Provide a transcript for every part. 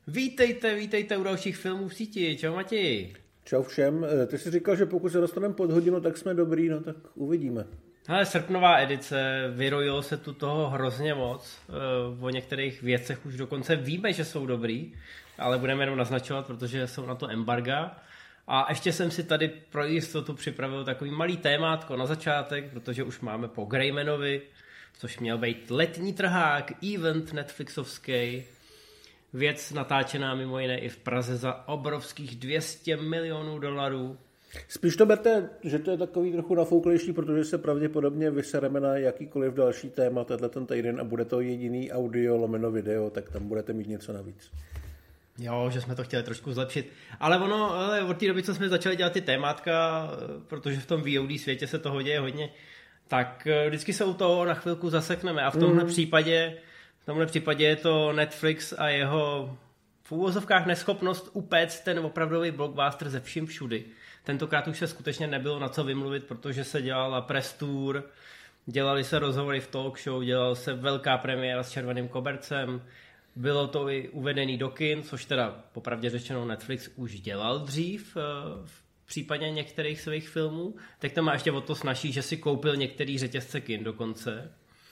Vítejte u dalších filmů v síti. Čau Matěj. Čau všem. Ty jsi říkal, že pokud se dostaneme pod hodinu, tak jsme dobrý, no tak uvidíme. Hele, srpnová edice, vyrojilo se tu toho hrozně moc. O některých věcech už dokonce víme, že jsou dobrý, ale budeme jenom naznačovat, protože jsou na to embarga. A ještě jsem si tady pro jistotu připravil takový malý témátko na začátek, protože už máme po Greymanovi, což měl být letní trhák, event Netflixovský. Věc natáčená mimo jiné i v Praze za obrovských $200 milionů. Spíš to berte, že to je takový trochu nafouklejší, protože se pravděpodobně vysereme na jakýkoliv další téma ten týden a bude to jediný audio / video, tak tam budete mít něco navíc. Jo, že jsme to chtěli trošku zlepšit. Ale od té doby, co jsme začali dělat ty témátka, protože v tom VOD světě se toho děje hodně, tak vždycky se u toho na chvilku zasekneme. A v tomhle případě je to Netflix a jeho v úvozovkách neschopnost upéct ten opravdový blockbuster ze vším všudy. Tentokrát už se skutečně nebylo na co vymluvit, protože se dělala press tour, dělali se rozhovory v talk show, dělala se velká premiéra s červeným kobercem, bylo to i uvedený do kin, což teda popravdě řečeno Netflix už dělal dřív v případě některých svých filmů. Teď to má ještě o to snaží, že si koupil některý řetězce kin dokonce.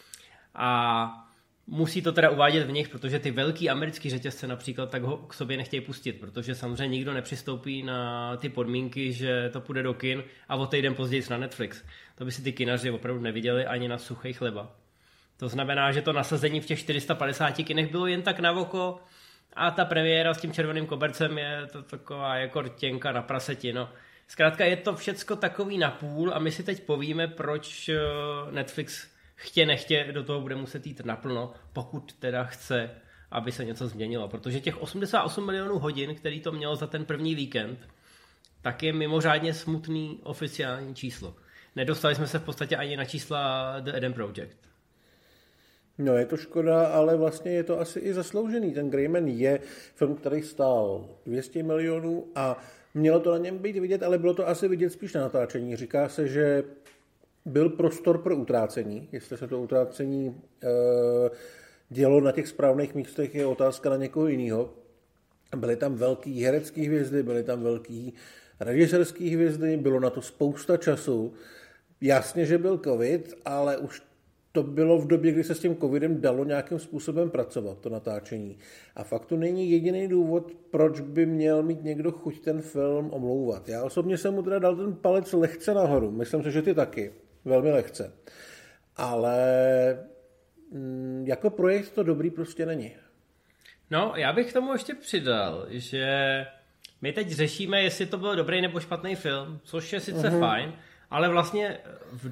A musí to teda uvádět v nich, protože ty velký americký řetězce například tak ho k sobě nechtějí pustit, protože samozřejmě nikdo nepřistoupí na ty podmínky, že to půjde do kin a o týden později na Netflix. To by si ty kinaři opravdu neviděli ani na suchý chleba. To znamená, že to nasazení v těch 450 kinech bylo jen tak na oko a ta premiéra s tím červeným kobercem je to taková jako rtěnka na praseti. No. Zkrátka je to všecko takový napůl a my si teď povíme, proč Netflix nechtě do toho bude muset jít naplno, pokud teda chce, aby se něco změnilo. Protože těch 88 milionů hodin, který to mělo za ten první víkend, tak je mimořádně smutný oficiální číslo. Nedostali jsme se v podstatě ani na čísla The Eden Project. No je to škoda, ale vlastně je to asi i zasloužený. Ten Greyman je film, který stál 200 milionů a mělo to na něm být vidět, ale bylo to asi vidět spíš na natáčení. Říká se, že byl prostor pro utrácení. Jestli se to utrácení dělo na těch správných místech, je otázka na někoho jiného. Byly tam velký herecký hvězdy, byly tam velký režisérský hvězdy, bylo na to spousta času. Jasně, že byl covid, ale už to bylo v době, kdy se s tím covidem dalo nějakým způsobem pracovat, to natáčení. A fakt to není jediný důvod, proč by měl mít někdo chuť ten film omlouvat. Já osobně jsem mu teda dal ten palec lehce nahoru. Myslím si, že ty taky. Velmi lehce. Ale jako projekt to dobrý prostě není. No, já bych k tomu ještě přidal, že my teď řešíme, jestli to byl dobrý nebo špatný film, což je sice fajn, ale vlastně v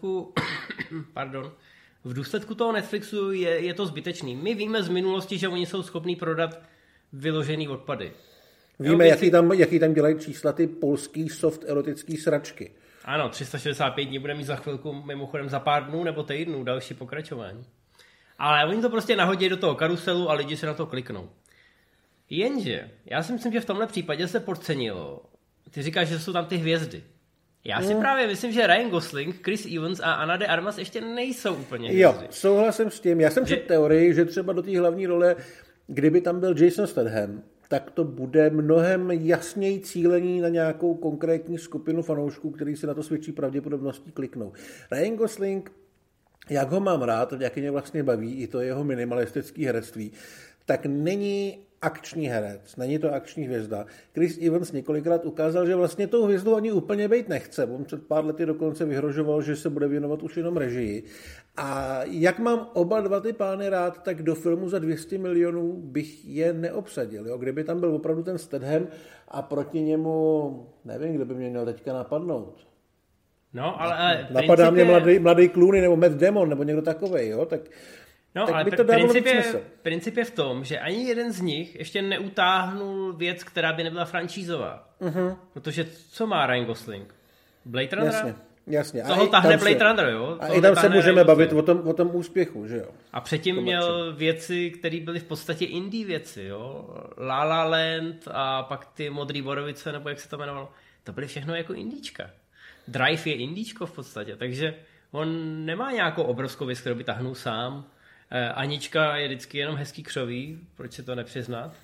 důsledku toho Netflixu je to zbytečný. My víme z minulosti, že oni jsou schopní prodat vyložený odpady. Víme, jaký tam dělají čísla ty polský soft erotický sračky. Ano, 365 dní bude mít za chvilku, mimochodem za pár dnů nebo týdnů další pokračování. Ale oni to prostě nahodí do toho karuselu a lidi se na to kliknou. Jenže, já si myslím, že v tomhle případě se podcenilo. Ty říkáš, že jsou tam ty hvězdy. Já si právě myslím, že Ryan Gosling, Chris Evans a Ana de Armas ještě nejsou úplně hvězdy. Jo, souhlasím s tím. Já jsem četl teorii, že třeba do té hlavní role, kdyby tam byl Jason Statham, tak to bude mnohem jasněji cílení na nějakou konkrétní skupinu fanoušků, který se na to s větší pravděpodobností kliknou. Ryan Gosling, jak ho mám rád, jak mě vlastně baví, i to jeho minimalistické herectví, tak není akční herec, není to akční hvězda. Chris Evans několikrát ukázal, že vlastně tou hvězdou ani úplně být nechce. On před pár lety dokonce vyhrožoval, že se bude věnovat už jenom režii. A jak mám oba dva ty pány rád, tak do filmu za 200 milionů bych je neobsadil. Jo? Kdyby tam byl opravdu ten Statham a proti němu, nevím, kdo by mě měl teďka napadnout. No, ale napadá mě mladý Clooney nebo Matt Damon nebo někdo takovej, jo? Tak ale princip je v tom, že ani jeden z nich ještě neutáhnul věc, která by nebyla franšízová. Protože co má Ryan Gosling? Blade Runner? Jasně. Toho tahne Blade Runner, jo? A i tam se můžeme bavit o tom úspěchu, že jo? A předtím měl věci, které byly v podstatě indie věci, jo? La La Land a pak ty Modrý borovice, nebo jak se to jmenovalo. To byly všechno jako indíčka. Drive je indíčko v podstatě, takže on nemá nějakou obrovskou věc, kterou by tahnul sám. Anička je vždycky jenom hezký křoví, proč si to nepřiznat.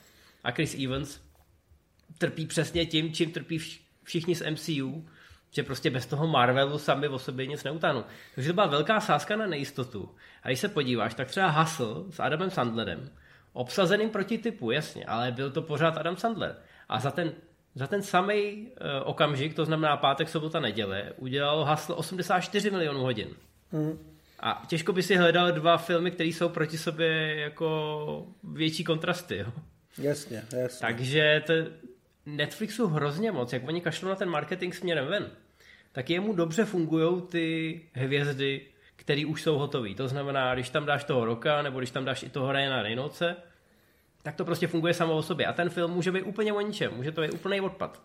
a Chris Evans trpí přesně tím, čím trpí všichni z MCU, že prostě bez toho Marvelu sami o sobě nic neutáhnou. Takže to byla velká sázka na nejistotu. A když se podíváš, tak třeba Hustle s Adamem Sandlerem, obsazeným proti typu, jasně, ale byl to pořád Adam Sandler. A za ten samý okamžik, to znamená pátek, sobota, neděle, udělalo Hustle 84 milionů hodin. A těžko by si hledal dva filmy, které jsou proti sobě jako větší kontrasty. Jo? Jasně. Takže Netflixu hrozně moc, jak oni kašlou na ten marketing směrem ven, tak jemu dobře fungují ty hvězdy, které už jsou hotové. To znamená, když tam dáš toho Rocka, nebo když tam dáš i toho Ryana Reynoldse, tak to prostě funguje samo o sobě. A ten film může být úplně o ničem, může to být úplný odpad.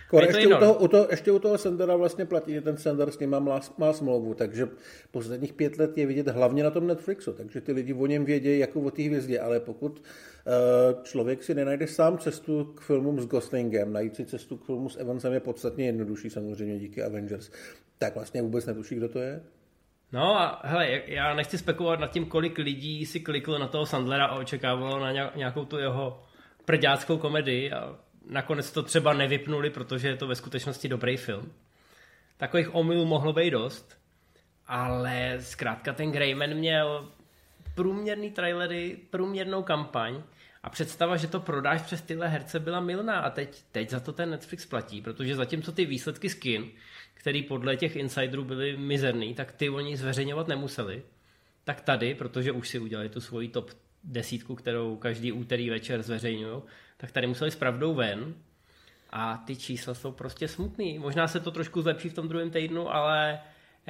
Ještě u toho Sandera vlastně platí, že ten Sander s ním má smlouvu, takže posledních 5 let je vidět hlavně na tom Netflixu, takže ty lidi o něm vědějí jako o té hvězdě, ale pokud člověk si nenajde sám cestu k filmům s Goslingem, najít si cestu k filmu s Evansem je podstatně jednodušší samozřejmě díky Avengers, tak vlastně vůbec netuší, kdo to je. No a hele, já nechci spekulovat nad tím, kolik lidí si kliklo na toho Sandlera a očekávalo na nějakou tu jeho prďáckou komedii a nakonec to třeba nevypnuli, protože je to ve skutečnosti dobrý film. Takových omylů mohlo být dost, ale zkrátka ten Greyman měl průměrný trailery, průměrnou kampaň a představa, že to prodáš přes tyhle herce byla mylná a teď za to ten Netflix platí, protože zatímco ty výsledky z kin, který podle těch insiderů byly mizerný, tak ty oni zveřejňovat nemuseli. Tak tady, protože už si udělali tu svoji top 10, kterou každý úterý večer zveřejňují, tak tady museli s pravdou ven a ty čísla jsou prostě smutný. Možná se to trošku zlepší v tom druhém týdnu, ale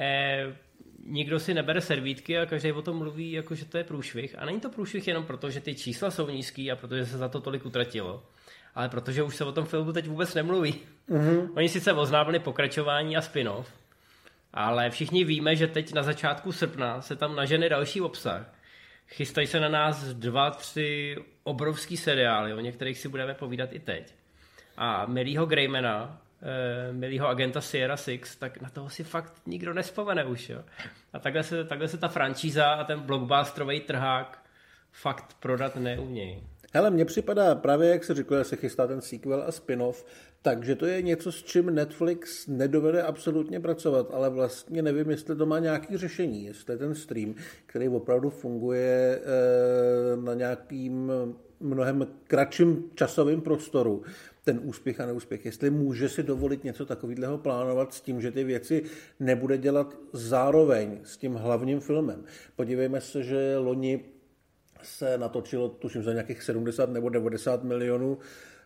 nikdo si nebere servítky a každý o tom mluví, jako že to je průšvih. A není to průšvih jenom proto, že ty čísla jsou nízký a protože se za to tolik utratilo, ale protože už se o tom filmu teď vůbec nemluví. Oni sice oznámili pokračování a spin-off, ale všichni víme, že teď na začátku srpna se tam nažene další obsah. Chystají se na nás 2-3 obrovský seriály, o některých si budeme povídat i teď. A milýho Greymana, milýho agenta Sierra Six, tak na toho si fakt nikdo nespomene už. Jo? A takhle se ta franšíza a ten blockbusterový trhák fakt prodat neumějí. Hele, mně připadá právě, jak se řekl, že se chystá ten sequel a spin-off, takže to je něco, s čím Netflix nedovede absolutně pracovat, ale vlastně nevím, jestli to má nějaké řešení, jestli ten stream, který opravdu funguje na nějakým mnohem kratším časovým prostoru, ten úspěch a neúspěch, jestli může si dovolit něco takového plánovat s tím, že ty věci nebude dělat zároveň s tím hlavním filmem. Podívejme se, že loni se natočilo, tuším, za nějakých 70 nebo 90 milionů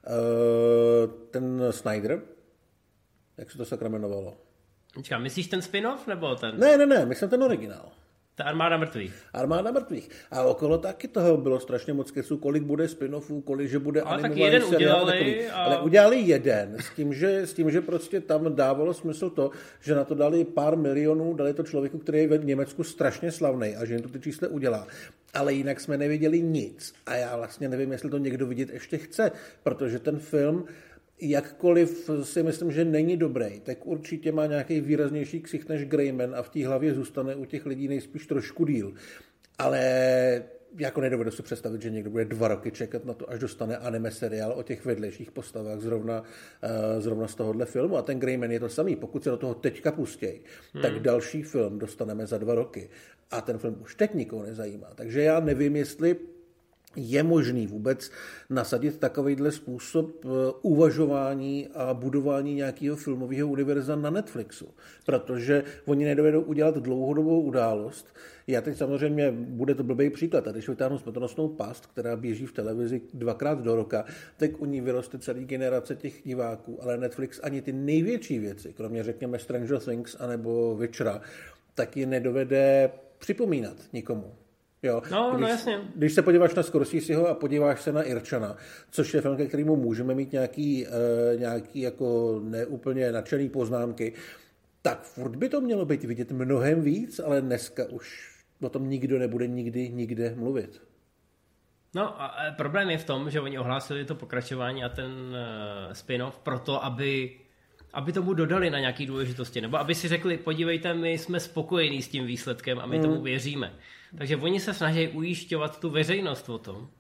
ten Snyder. Jak se to sakra jmenovalo? Myslíš ten spin-off nebo ten? Ne, myslím ten originál. Ta Armáda mrtvých. Armáda mrtvých. A okolo taky toho bylo strašně moc keců, kolik bude spin-offů, kolik že bude ale animovaný seriál. Ale udělali jeden s tím, že prostě tam dávalo smysl to, že na to dali pár milionů, dali to člověku, který je v Německu strašně slavný a že jim to ty čísla udělá. Ale jinak jsme nevěděli nic. A já vlastně nevím, jestli to někdo vidět ještě chce, protože ten film, jakkoliv si myslím, že není dobrý, tak určitě má nějaký výraznější ksicht než Greyman a v té hlavě zůstane u těch lidí nejspíš trošku díl. Ale jako nedovedu si představit, že někdo bude 2 roky čekat na to, až dostane anime seriál o těch vedlejších postavách zrovna z tohohle filmu. A ten Greyman je to samý. Pokud se do toho teďka pustěj, tak další film dostaneme za 2 roky. A ten film už teď nikoho nezajímá. Takže já nevím, jestli je možný vůbec nasadit takovýhle způsob uvažování a budování nějakého filmového univerza na Netflixu, protože oni nedovedou udělat dlouhodobou událost. Já teď samozřejmě, bude to blbý příklad, a když vytáhnu Smrtonosnou past, která běží v televizi 2krát do roka, tak u ní vyroste celý generace těch diváků, ale Netflix ani ty největší věci, kromě řekněme Stranger Things anebo Witchera, tak ji nedovede připomínat nikomu. Jo, no jasně. Když se podíváš na Scorseseho a podíváš se na Irčana, což je film, ke kterému můžeme mít nějaký jako neúplně nadšený poznámky, tak furt by to mělo být vidět mnohem víc, ale dneska už o tom nikdo nebude nikdy nikde mluvit. No a problém je v tom, že oni ohlásili to pokračování a ten spin-off proto, aby tomu dodali na nějaký důležitosti, nebo aby si řekli, podívejte, my jsme spokojení s tím výsledkem a my tomu věříme. Takže oni se snaží ujišťovat tu veřejnost o tom,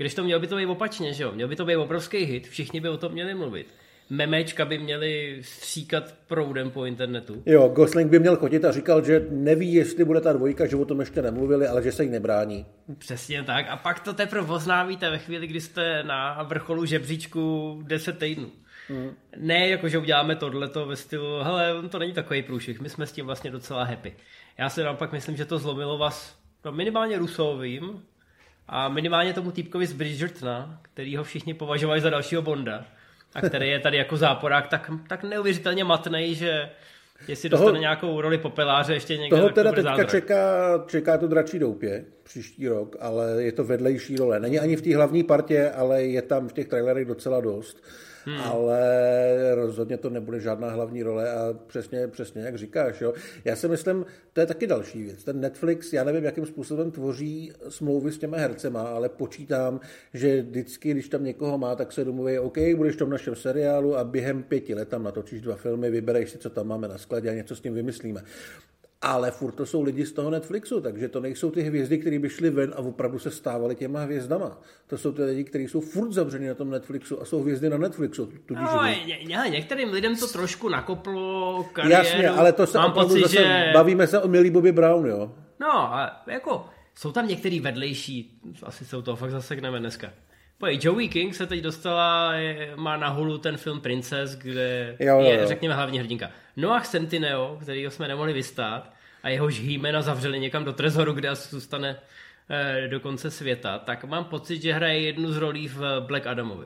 Když to mělo by to být opačně, že jo? Měl by to být obrovský hit, všichni by o tom měli mluvit. Memečka by měli stříkat proudem po internetu. Jo, Gosling by měl chodit a říkal, že neví, jestli bude ta dvojka, že o tom ještě nemluvili, ale že se jí nebrání. Přesně tak. A pak to teprve oznámíte ve chvíli, kdy jste na vrcholu žebříčku 10 týdnů. Ne, jakože uděláme tohleto ve stylu, hele, to není takový průšvih, my jsme s tím vlastně docela happy. Já si naopak myslím, že to zlomilo vás minimálně Rusovým a minimálně tomu týpkovi z Bridgertona, který ho všichni považovali za dalšího Bonda a který je tady jako záporák tak neuvěřitelně matnej, že jestli dostane nějakou roli popeláře ještě někde, toho tak teda to bude teďka zázrak. čeká to Dračí doupě příští rok, ale je to vedlejší role. Není ani v té hlavní partě, ale je tam v těch trailerech docela dost. Ale rozhodně to nebude žádná hlavní role a přesně jak říkáš. Jo. Já si myslím, to je taky další věc. Ten Netflix, já nevím, jakým způsobem tvoří smlouvy s těma hercema, ale počítám, že vždycky, když tam někoho má, tak se domluví, OK, budeš v tom našem seriálu a během 5 let tam natočíš 2 filmy, vybereš si, co tam máme na skladě a něco s tím vymyslíme. Ale furt to jsou lidi z toho Netflixu, takže to nejsou ty hvězdy, které by šly ven a opravdu se stávaly těma hvězdama. To jsou ty lidi, kteří jsou furt zavření na tom Netflixu a jsou hvězdy na Netflixu. Některým lidem to trošku nakoplo kariéru. Jasně, ale to se bavíme se o milý Bobby Brown, jo? No, a jako jsou tam některý vedlejší, asi se u toho fakt zasekneme dneska. Joey King se teď dostala, má na Hulu ten film Princess, kde je, řekněme, hlavní hrdinka. Noah Centineo, kterýho jsme nemohli vystát, a jehož He-Mana zavřeli někam do trezoru, kde asi zůstane do konce světa, tak mám pocit, že hraje jednu z rolí v Black Adamovi.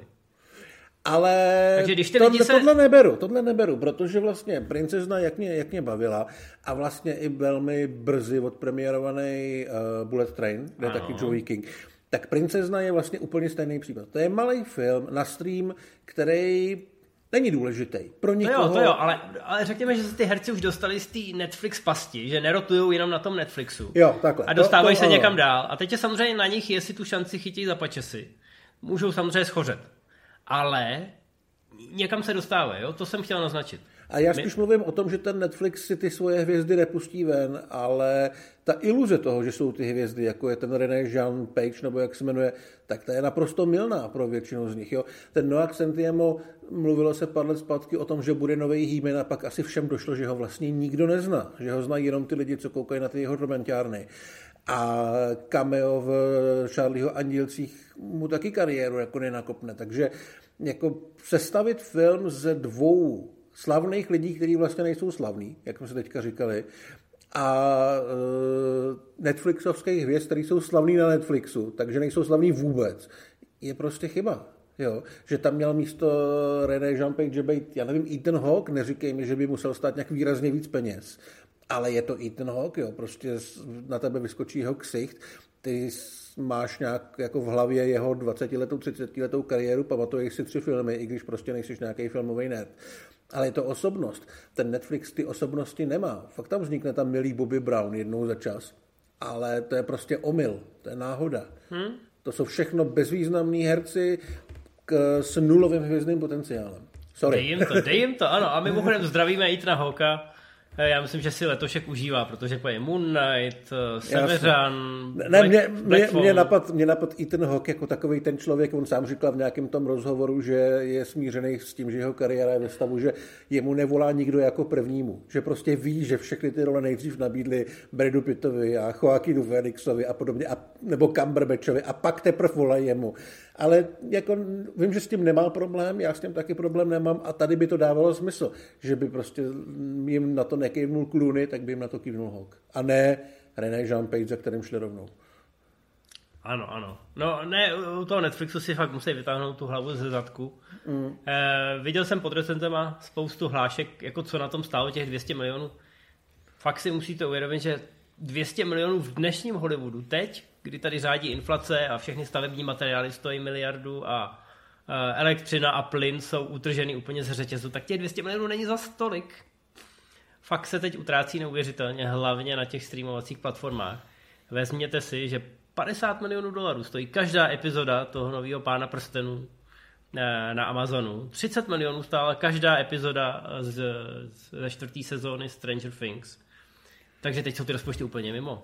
Ale takže když tohle neberu, protože vlastně Princezna jak mě bavila a vlastně i velmi brzy odpremiérovaný Bullet Train, kde je taky Joey King. Tak Princezna je vlastně úplně stejný případ. To je malý film na stream, který není důležitý. Pro nikoho... To jo, ale řekněme, že se ty herci už dostali z té Netflix pasti, že nerotujou jenom na tom Netflixu. Jo, takhle. A dostávají se někam dál. A teď je samozřejmě na nich, jestli tu šanci chytí za pačesy. Můžou samozřejmě schořet. Ale někam se dostávají, jo? To jsem chtěl naznačit. A já spíš mluvím o tom, že ten Netflix si ty svoje hvězdy nepustí ven, ale ta iluze toho, že jsou ty hvězdy, jako je ten René Jean Page, nebo jak se jmenuje, tak ta je naprosto mylná pro většinu z nich. Jo. Ten Noah Centineo, mluvilo se pár let zpátky o tom, že bude nový He-Man a pak asi všem došlo, že ho vlastně nikdo nezná, že ho znají jenom ty lidi, co koukají na ty jeho romantiárny. A cameo v Charlieho Andělcích mu taky kariéru jako nenakopne. Takže jako sestavit film ze 2 slavných lidí, kteří vlastně nejsou slavní, jak jsme se teďka říkali, a Netflixovských hvězd, který jsou slavní na Netflixu, takže nejsou slavní vůbec, je prostě chyba. Jo? Že tam měl místo René Jean Page být, já nevím, Ethan Hawke, neříkej mi, že by musel stát nějak výrazně víc peněz, ale je to Ethan Hawke, jo? Prostě na tebe vyskočí jeho ksicht, ty máš nějak jako v hlavě jeho 20letou, 30letou kariéru, pamatuješ si 3 filmy, i když prostě nejsiš nějaký filmový nerd. Ale je to osobnost. Ten Netflix ty osobnosti nemá. Fakt tam vznikne tam milý Bobby Brown jednou za čas. Ale to je prostě omyl. To je náhoda. To jsou všechno bezvýznamní herci s nulovým hvězdným potenciálem. Sorry. Dej jim to, ano. A mimochodem zdravíme Ethana Hawka. Já myslím, že si letošek užívá, protože je Moon Knight, Severan, Mě napad Ethan Hawke jako takový ten člověk, on sám říkal v nějakém tom rozhovoru, že je smířený s tím, že jeho kariéra je ve stavu, že jemu nevolá nikdo jako prvnímu. Že prostě ví, že všechny ty role nejdřív nabídli Bradu Pittovi a Joaquinu Phoenixovi a podobně, nebo Cumberbatchovi a pak teprve volají jemu. Ale jako vím, že s tím nemá problém, já s tím taky problém nemám a tady by to dávalo smysl, že by prostě jim na to nekývnul Clooney, tak by jim na to kývnul Hawke. A ne René Jean Page, za kterým šli rovnou. Ano. No ne, u toho Netflixu si fakt musí vytáhnout tu hlavu ze zadku. Viděl jsem pod recenzema spoustu hlášek, jako co na tom stálo těch 200 milionů. Fakt si musíte uvědomit, že 200 milionů v dnešním Hollywoodu teď, kdy tady řádí inflace a všechny stavební materiály stojí miliardu a elektřina a plyn jsou utrženy úplně z řetězu, tak těch 200 milionů není za stolik. Fakt se teď utrácí neuvěřitelně, hlavně na těch streamovacích platformách. Vezměte si, že $50 milionů stojí každá epizoda toho nového Pána prstenů na Amazonu. 30 milionů stála každá epizoda ze 4. sezóny Stranger Things. Takže teď jsou ty rozpočty úplně mimo.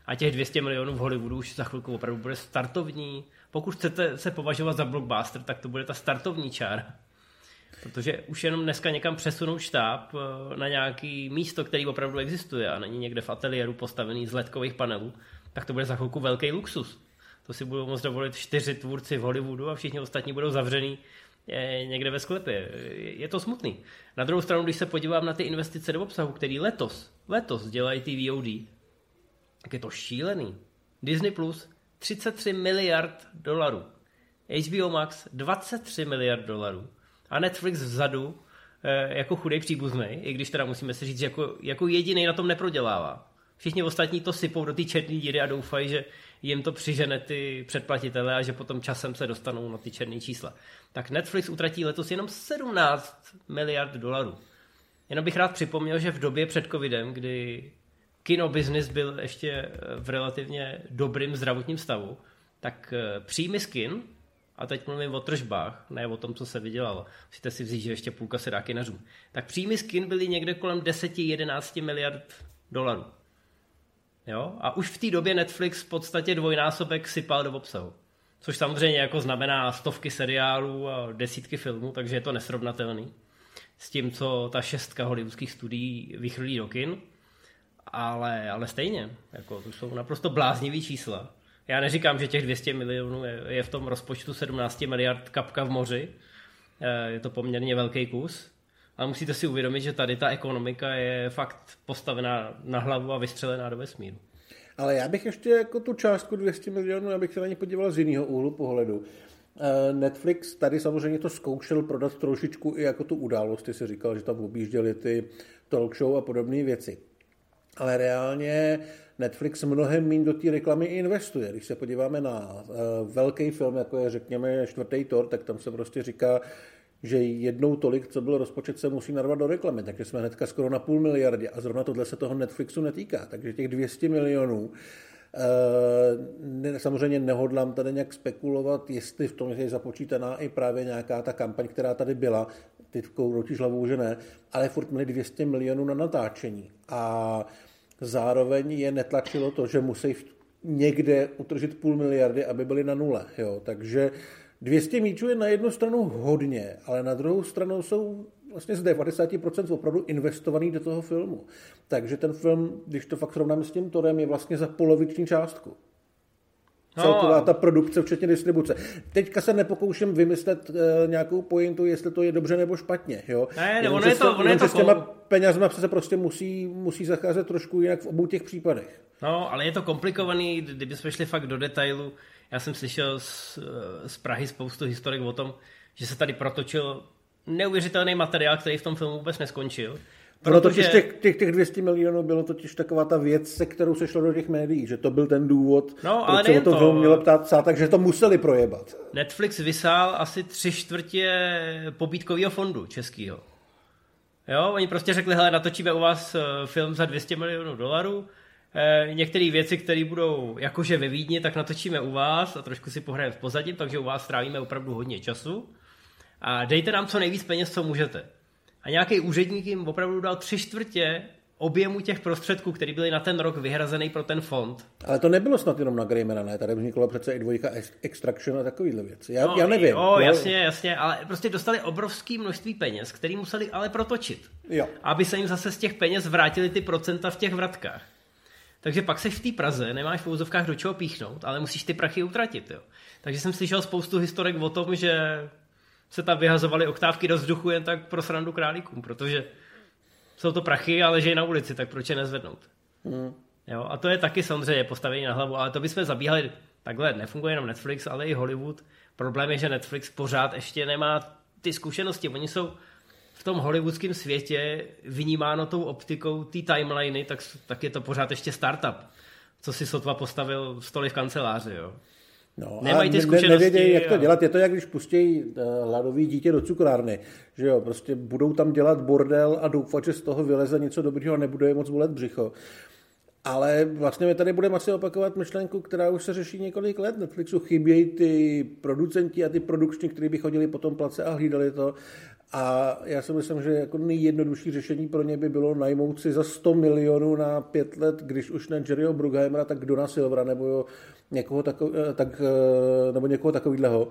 A těch 200 milionů v Hollywoodu už za chvilku opravdu bude startovní. Pokud chcete se považovat za blockbuster, tak to bude ta startovní čára. Protože už jenom dneska někam přesunout štáb na nějaký místo, který opravdu existuje a není někde v ateliéru postavený z ledkových panelů, tak to bude za chvilku velký luxus. To si budou moct dovolit 4 tvůrci v Hollywoodu a všichni ostatní budou zavřený někde ve sklepě. Je to smutný. Na druhou stranu, když se podívám na ty investice do obsahu, který letos dělají ty VOD, tak je to šílený. Disney Plus 33 miliard dolarů. HBO Max 23 miliard dolarů. A Netflix vzadu jako chudej příbuznej, i když teda musíme si říct, že jako jedinej na tom neprodělává. Všichni ostatní to sypou do té černé díry a doufají, že jim to přižene ty předplatitele a že potom časem se dostanou na ty černé čísla. Tak Netflix utratí letos jenom 17 miliard dolarů. Jenom bych rád připomněl, že v době před covidem, kdy kinobiznis byl ještě v relativně dobrým zdravotním stavu, tak příjmy z kin, a teď mluvím o tržbách, ne o tom, co se vydělalo, musíte si vzít, že ještě půlka se dá kinařům, tak příjmy z kin byly někde kolem 10-11 miliard dolarů. Jo? A už v té době Netflix v podstatě dvojnásobek sypal do obsahu. Což samozřejmě jako znamená stovky seriálů a desítky filmů, takže je to nesrovnatelný s tím, co ta 6 hollywoodských studií vychrlí do kin. Ale stejně, jako to jsou naprosto bláznivý čísla. Já neříkám, že těch 200 milionů je v tom rozpočtu 17 miliard kapka v moři. Je to poměrně velký kus. Ale musíte si uvědomit, že tady ta ekonomika je fakt postavená na hlavu a vystřelená do vesmíru. Ale já bych ještě jako tu částku 200 milionů, abych se na ně podíval z jiného úhlu pohledu. Netflix tady samozřejmě to zkoušel prodat trošičku i jako tu událost. Ty jsi říkal, že tam objížděli ty talk show a podobné věci. Ale reálně Netflix mnohem méně do té reklamy investuje. Když se podíváme na velký film, jako je řekněme 4. Thor, tak tam se prostě říká, že jednou tolik, co byl rozpočet, se musí narvat do reklamy. Takže jsme hnedka skoro na 500 miliardy a zrovna tohle se toho Netflixu netýká. Takže těch 200 milionů samozřejmě nehodlám tady nějak spekulovat, jestli v tom je započítaná i právě nějaká ta kampaň, která tady byla. Ty kroutíš hlavou, že ne, ale furt měli 200 milionů na natáčení. A zároveň je netlačilo to, že musí někde utržit 500 miliardy, aby byli na nule. Jo. Takže 200 míčů je na jednu stranu hodně, ale na druhou stranu jsou vlastně z 90% opravdu investovaný do toho filmu. Takže ten film, když to fakt srovnáme s tím Thorem, je vlastně za poloviční částku. Celková ta produkce, včetně distribuce. Teďka se nepokouším vymyslet nějakou pointu, jestli to je dobře nebo špatně. Jo? Ne, ono je to s těma penězma se prostě musí zacházet trošku jinak v obou těch případech. No, ale je to komplikovaný, kdybychom šli fakt do detailu. Já jsem slyšel z Prahy spoustu historek o tom, že se tady protočil neuvěřitelný materiál, který v tom filmu vůbec neskončil. Protože těch 200 milionů bylo totiž taková ta věc, se kterou se šlo do těch médií, že to byl ten důvod, proč se o tom film mělo ptát, takže to museli projebat. Netflix vysál asi 3/4 pobídkového fondu českého. Jo, oni prostě řekli, hele, natočíme u vás film za 200 milionů dolarů, některé věci, které budou jakože ve Vídni, tak natočíme u vás a trošku si pohrajeme v pozadí, takže u vás strávíme opravdu hodně času a dejte nám co nejvíc peněz, co můžete. A nějaký úředník jim opravdu dal 3/4 objemu těch prostředků, které byly na ten rok vyhrazený pro ten fond. Ale to nebylo snad jenom na Greymana, ne? Tady vznikla přece i 2 Extraction a takovýhle věci. Já nevím. Jo, jasně, ale prostě dostali obrovské množství peněz, které museli ale protočit. Jo. Aby se jim zase z těch peněz vrátili ty procenta v těch vratkách. Takže pak seš v té Praze, nemáš v úzovkách do čeho píchnout, ale musíš ty prachy utratit. Jo. Takže jsem slyšel spoustu historek o tom, že se tam vyhazovaly oktávky do vzduchu jen tak pro srandu králíkům, protože jsou to prachy, ale že je na ulici, tak proč je nezvednout? Jo, a to je taky samozřejmě postavení na hlavu, ale to bychom zabíhali takhle, nefunguje jenom Netflix, ale i Hollywood. Problém je, že Netflix pořád ještě nemá ty zkušenosti. Oni jsou v tom hollywoodském světě vnímáno tou optikou té timeliny, tak je to pořád ještě startup, co si sotva postavil stoly v kanceláři, jo. No, nemají ty zkušenosti. Nevědějí, jak to dělat. Je to, jak když pustí hladový dítě do cukrárny. Že jo, prostě budou tam dělat bordel a doufat, že z toho vyleze něco dobrýho a nebude je moc bolet břicho. Ale vlastně my tady budeme asi opakovat myšlenku, která už se řeší několik let. Netflixu chybějí ty producenti a ty produkční, kteří by chodili po tom place a hlídali to. A já si myslím, že jako nejjednodušší řešení pro ně by bylo najmout si za 100 milionů na 5 let, když už ne Jerryho Bruckheimera, tak Dona Silvera nebo někoho takového.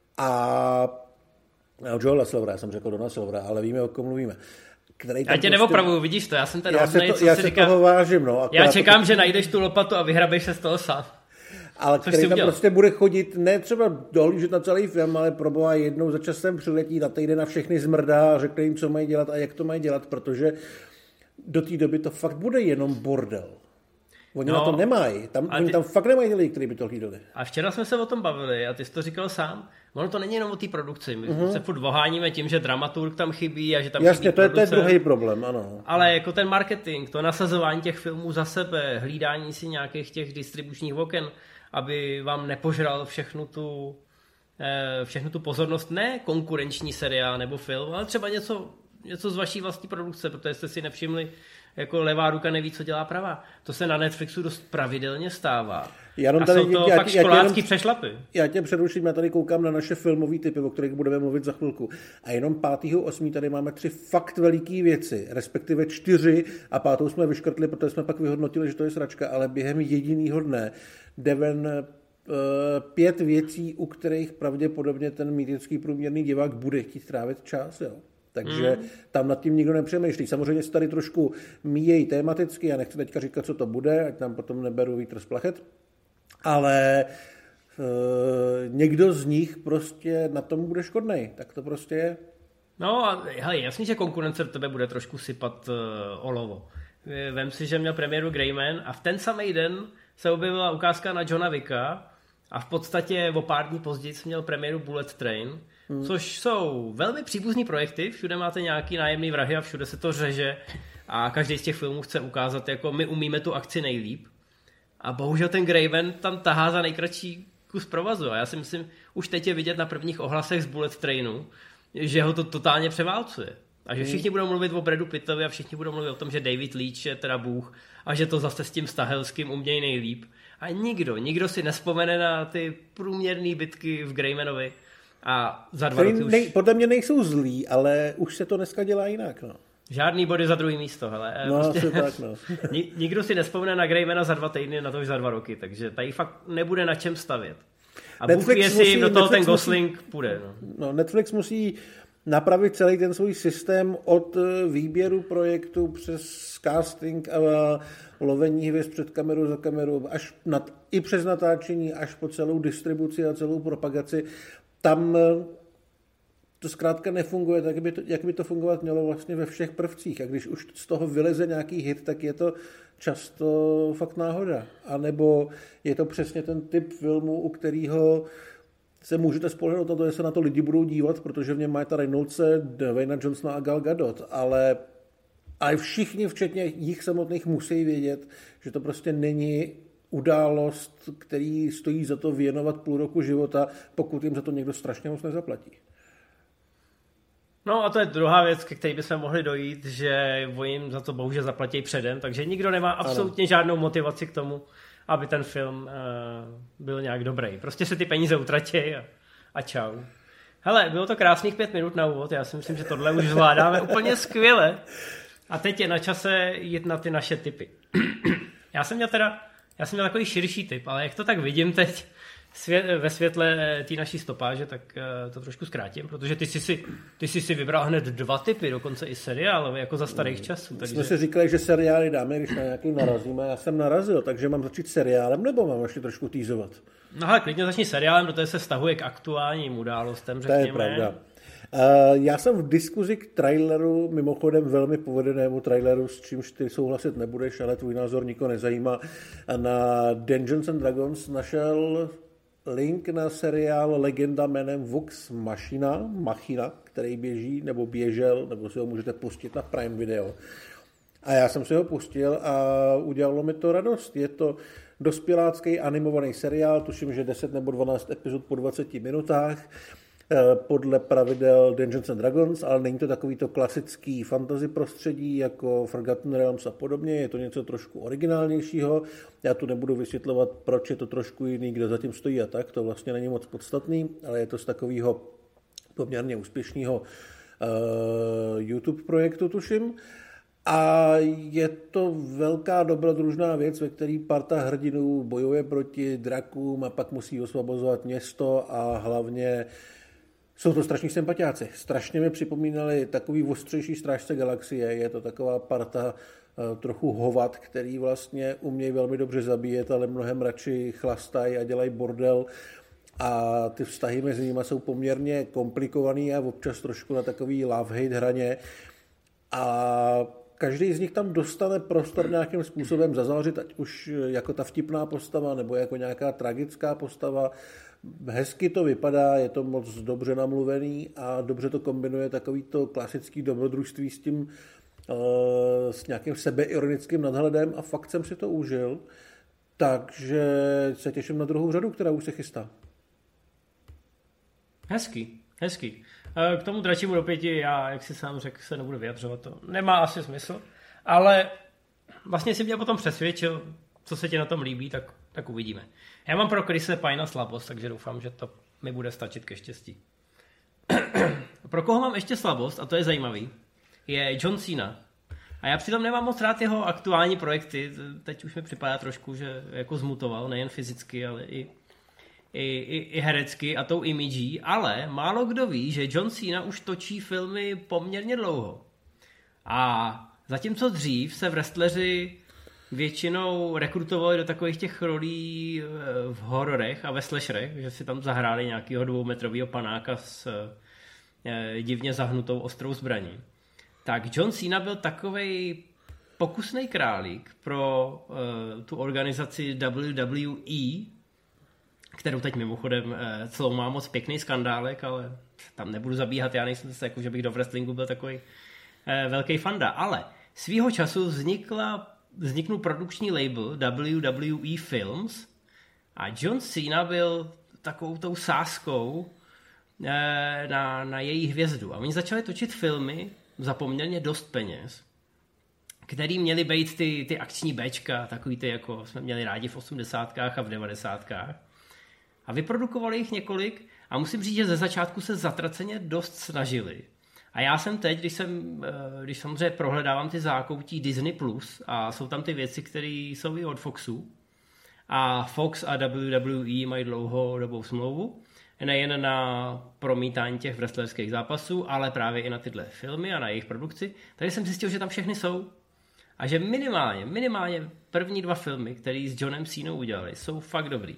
A Joela Silvera, já jsem řekl Dona Silvera, ale víme, o kom mluvíme. Já tě neopravuju, vidíš to, já jsem ten hodnej, co si říkám. Toho vážím, no. Já čekám, že najdeš tu lopatu a vyhrabeš se z toho sám. Ale který tam prostě bude chodit, ne třeba dohlížet na celý film, ale proboha jednou za časem přiletí na týden a všechny zmrdá a řekne jim, co mají dělat a jak to mají dělat, protože do té doby to fakt bude jenom bordel. Oni na to nemají. Oni tam fakt nemají lidi, kteří by to hlídali. A včera jsme se o tom bavili a ty jsi to říkal sám. Ono to není jenom o té produkci. My se furt voháníme tím, že dramaturg tam chybí a že tam jasně, chybí to je druhý problém, ano. Ale jako ten marketing, to nasazování těch filmů za sebe, hlídání si nějakých těch distribučních oken, aby vám nepožral všechnu tu pozornost, ne konkurenční seriál nebo film, ale třeba něco z vaší vlastní produkce, protože jste si nevšimli, jako levá ruka neví, co dělá pravá. To se na Netflixu dost pravidelně stává. A jsou to fakt školácký přešlapy. Já tě přeruším, já tady koukám na naše filmové typy, o kterých budeme mluvit za chvilku. A jenom 5.8. tady máme 3 fakt veliký věci, respektive 4 a 5. jsme vyškrtli, protože jsme pak vyhodnotili, že to je sračka, ale během jedinýho dne Devon 5 věcí, u kterých pravděpodobně ten mýtický průměrný divák bude chtít trávit čas, jo. Takže tam nad tím nikdo nepřemýšlí. Samozřejmě se tady trošku míjejí tematicky, já nechci teďka říkat, co to bude, ať tam potom neberu vítr z plachet, ale někdo z nich prostě na tom bude škodnej, tak to prostě je. No a hele, jasně, že konkurence tebe bude trošku sypat olovo. Vem si, že měl premiéru Greyman a v ten samý den se objevila ukázka na Johna Wicka a v podstatě o pár dní později měl premiéru Bullet Train, což jsou velmi příbuzný projekty, všude máte nějaký nájemný vrahy a všude se to řeže a každý z těch filmů chce ukázat, jako my umíme tu akci nejlíp. A bohužel ten Greyman tam tahá za nejkratší kus provazu a já si myslím, už teď je vidět na prvních ohlasech z Bullet Trainu, že ho to totálně převálcuje. A že všichni budou mluvit o Bradu Pittovi a všichni budou mluvit o tom, že David Leitch je teda bůh a že to zase s tím Stahelským umějí nejlíp. A nikdo si nespomene na ty průměrné bitky v Greymanovi a za 2 roky už... Podle mě nejsou zlí, ale už se to dneska dělá jinak, no. Žádný body za druhý místo, hele. No, prostě... tak, no. Nikdo si nespomene na Greymana za 2 týdny, na to už za 2 roky, takže tady fakt nebude na čem stavět. A Bůh ví, jestli do toho ten Gosling půjde. No, Netflix musí napravit celý ten svůj systém od výběru projektu přes casting a lovení hvězd před kamerou za kamerou, i přes natáčení, až po celou distribuci a celou propagaci. Tam to zkrátka nefunguje tak, jak by to fungovat mělo vlastně ve všech prvcích. A když už z toho vyleze nějaký hit, tak je to často fakt náhoda. A nebo je to přesně ten typ filmu, u kterého se můžete spolehnout na to, že se na to lidi budou dívat, protože v něm mají ta Reynoldse, Dwayna Johnsona a Gal Gadot, ale všichni, včetně jich samotných, musí vědět, že to prostě není událost, který stojí za to věnovat půl roku života, pokud jim za to někdo strašně moc nezaplatí. No a to je druhá věc, ke které bychom mohli dojít, že jim za to bohužel zaplatí předem, takže nikdo nemá absolutně žádnou motivaci k tomu, aby ten film byl nějak dobrý. Prostě se ty peníze utratí a čau. Hele, bylo to krásných 5 minut na úvod, já si myslím, že tohle už zvládáme úplně skvěle. A teď je na čase jít na ty naše tipy. Já jsem měl takový širší tip, ale jak to tak vidím teď ve světle té naší stopáže, tak to trošku zkrátím, protože ty jsi si vybral hned 2 tipy, dokonce i seriálové, jako za starých časů. Takže... Jsme si říkali, že seriály dáme, když na nějaký narazíme. Já jsem narazil, takže mám začít seriálem, nebo mám ještě trošku týzovat? No ale klidně začni seriálem, protože se vztahuje k aktuálním událostem, řekněme. To je pravda. Já jsem v diskuzi k traileru, mimochodem velmi povedenému traileru, s čímž ty souhlasit nebudeš, ale tvůj názor nikoho nezajímá, na Dungeons and Dragons našel link na seriál Legenda jménem Vox Machina, který běží, nebo běžel, nebo si ho můžete pustit na Prime Video. A já jsem si ho pustil a udělalo mi to radost. Je to dospělácký animovaný seriál, tuším, že 10 nebo 12 epizod po 20 minutách, podle pravidel Dungeons and Dragons, ale není to takový to klasický fantasy prostředí jako Forgotten Realms a podobně, je to něco trošku originálnějšího. Já tu nebudu vysvětlovat, proč je to trošku jiný, kdo zatím stojí a tak, to vlastně není moc podstatný, ale je to z takového poměrně úspěšného YouTube projektu, tuším. A je to velká dobrodružná věc, ve které parta hrdinů bojuje proti drakům a pak musí osvobozovat město a hlavně jsou to strašní sympatiáci. Strašně mi připomínali takový ostřejší strážce galaxie. Je to taková parta trochu hovat, který vlastně umějí velmi dobře zabíjet, ale mnohem radši chlastají a dělají bordel. A ty vztahy mezi nimi jsou poměrně komplikovaný a občas trošku na takový love-hate hraně. A každý z nich tam dostane prostor nějakým způsobem zazaložit, ať už jako ta vtipná postava, nebo jako nějaká tragická postava. Hezky to vypadá, je to moc dobře namluvený a dobře to kombinuje takový to klasický dobrodružství s tím, s nějakým sebeironickým nadhledem a fakt jsem si to užil. Takže se těším na druhou řadu, která už se chystá. Hezký. K tomu Dračímu do 5, já, jak si sám řekl, se nebudu vyjadřovat, to nemá asi smysl, ale vlastně si mě potom přesvědčil, co se ti na tom líbí, tak uvidíme. Já mám pro Chrise Pina slabost, takže doufám, že to mi bude stačit ke štěstí. Pro koho mám ještě slabost, a to je zajímavý, je John Cena. A já přitom nemám moc rád jeho aktuální projekty, teď už mi připadá trošku, že jako zmutoval, nejen fyzicky, ale i herecky a tou imidží, ale málo kdo ví, že John Cena už točí filmy poměrně dlouho. A zatímco dřív se wrestleři většinou rekrutovali do takových těch rolí v hororech a ve slasherech, že si tam zahráli nějakého 2metrového panáka s divně zahnutou ostrou zbraní. Tak John Cena byl takovej pokusnej králík pro tu organizaci WWE, kterou teď mimochodem celou má moc pěkný skandálek, ale tam nebudu zabíhat, já nejsem zase jako, že bych do wrestlingu byl takový velký fanda, ale svýho času vzniknul produkční label WWE Films a John Cena byl takovou tou sázkou na její hvězdu a oni začali točit filmy za poměrně dost peněz, který měly být ty akční béčka, takový ty, jako jsme měli rádi v 80kách a v 90kách. A vyprodukovali jich několik a musím říct, že ze začátku se zatraceně dost snažili. A já jsem teď, když samozřejmě prohledávám ty zákoutí Disney Plus a jsou tam ty věci, které jsou i od Foxu a Fox a WWE mají dlouhodobou smlouvu, nejen na promítání těch wrestlerských zápasů, ale právě i na tyhle filmy a na jejich produkci. Tady jsem zjistil, že tam všechny jsou a že minimálně první 2 filmy, které s Johnem Cenou udělali, jsou fakt dobrý.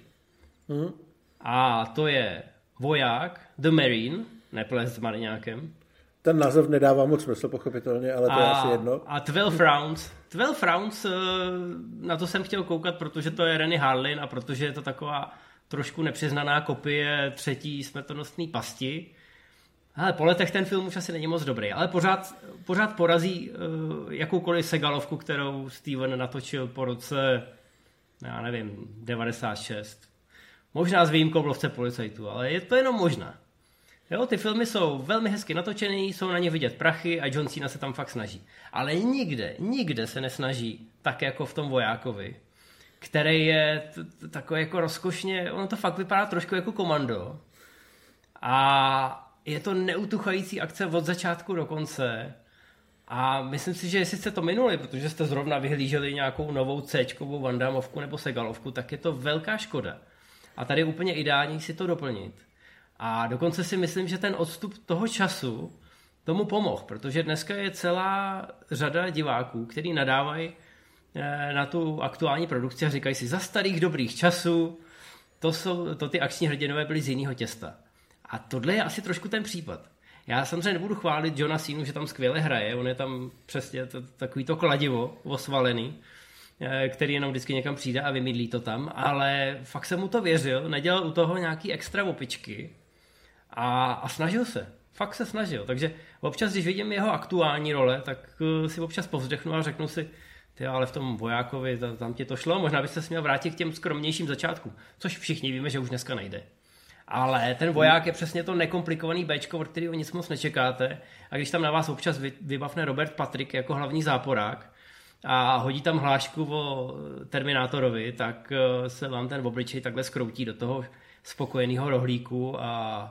A to je Voják, The Marine, neplést s Mariňákem. Ten název nedává moc smysl, pochopitelně, ale to je asi jedno. A 12 Rounds. 12 Rounds, na to jsem chtěl koukat, protože to je Renny Harlin a protože je to taková trošku nepřiznaná kopie 3. smrtonosné pasti. Ale po letech ten film už asi není moc dobrý, ale pořád porazí jakoukoliv Segalovku, kterou Steven natočil po roce, já nevím, 96. Možná s výjimkou Lovce policajtů, ale je to jenom možná. Jo, ty filmy jsou velmi hezky natočený, jsou na ně vidět prachy a John Cena se tam fakt snaží. Ale nikde se nesnaží tak jako v tom Vojákovi, který je takový jako rozkošně, ono to fakt vypadá trošku jako Komando. A je to neutuchající akce od začátku do konce. A myslím si, že jestli jste to minuli, protože jste zrovna vyhlíželi nějakou novou C-čkovou Van Dammovku nebo Segalovku, tak je to velká škoda. A tady je úplně ideální si to doplnit. A dokonce si myslím, že ten odstup toho času tomu pomohl, protože dneska je celá řada diváků, kteří nadávají na tu aktuální produkci a říkají si, za starých dobrých časů, to ty akční hrdinové byly z jiného těsta. A tohle je asi trošku ten případ. Já samozřejmě nebudu chválit Johna Cenu, že tam skvěle hraje, on je tam přesně takový to kladivo osvalený, který jenom vždycky někam přijde a vymydlí to tam, ale fakt jsem mu to věřil, nedělal u toho nějaký extra opičky a snažil se. Fakt se snažil, takže občas, když vidím jeho aktuální role, tak si občas povzdechnu a řeknu si, ty, ale v tom Vojákovi tam ti to šlo, možná byste se měl vrátit k těm skromnějším začátkům, což všichni víme, že už dneska nejde. Ale ten Voják je přesně to nekomplikovaný béčko, od kterého nic moc nečekáte a když tam na vás občas vybavne Robert Patrick jako hlavní záporák a hodí tam hlášku o Terminátorovi, tak se vám ten obličej takhle skroutí do toho spokojeného rohlíku a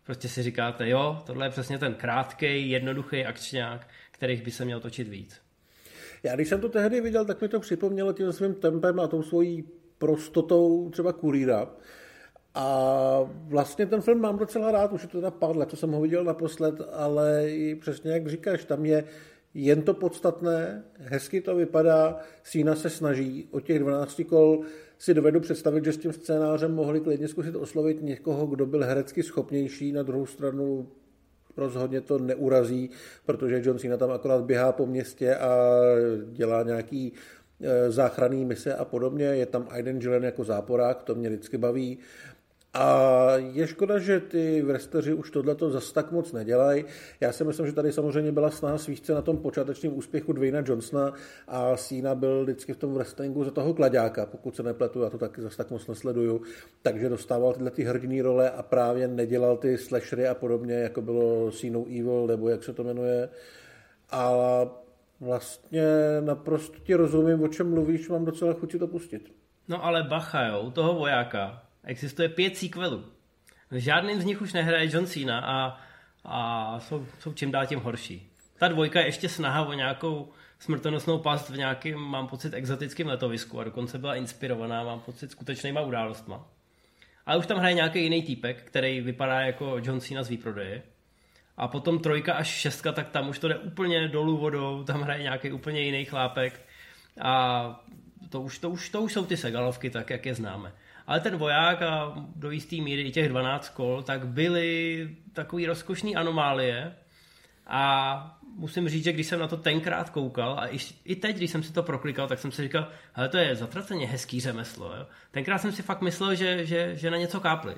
prostě si říkáte, jo, tohle je přesně ten krátkej, jednoduchý akčňák, kterých by se měl točit víc. Já když jsem to tehdy viděl, tak mi to připomnělo tím svým tempem a tou svojí prostotou třeba Kurýra. A vlastně ten film mám docela rád, už je to teda pár let, co jsem ho viděl naposled, ale i přesně jak říkáš, tam je jen to podstatné, hezky to vypadá, Cena se snaží, od těch 12 kol si dovedu představit, že s tím scénářem mohli klidně zkusit oslovit někoho, kdo byl herecky schopnější, na druhou stranu rozhodně to neurazí, protože John Cena tam akorát běhá po městě a dělá nějaký záchranný mise a podobně. Je tam Aidan Gillen jako záporák, to mě vždycky baví. A je škoda, že ty wrestleri už tohleto zas tak moc nedělají. Já si myslím, že tady samozřejmě byla snaha svést se na tom počátečním úspěchu Dwayna Johnsona a Cena byl vždycky v tom wrestlingu za toho klaďáka, pokud se nepletu, já to taky zas tak moc nesleduju, takže dostával tyhle ty hrdinný role a právě nedělal ty slashery a podobně, jako bylo Cena Evil, nebo jak se to jmenuje. A vlastně naprosto ti rozumím, o čem mluvíš, mám docela chuť si to pustit. No ale bacha, jo, u toho vojáka existuje 5 sequelů. V žádným z nich už nehraje John Cena a jsou čím dál tím horší. Ta 2 je ještě snaha o nějakou smrtonosnou past v nějakém, mám pocit, exotickém letovisku a dokonce byla inspirovaná, mám pocit, skutečnýma událostma. Ale už tam hraje nějaký jiný týpek, který vypadá jako John Cena z výprodeje. A potom 3 až 6, tak tam už to jde úplně dolů vodou, tam hraje nějaký úplně jiný chlápek a to už jsou ty Segalovky tak, jak je známe. Ale ten voják a do jistý míry i těch 12 kol, tak byly takový rozkošný anomálie a musím říct, že když jsem na to tenkrát koukal a i teď, když jsem si to proklikal, tak jsem si říkal, hele, to je zatraceně hezký řemeslo. Jo? Tenkrát jsem si fakt myslel, že na něco kápli.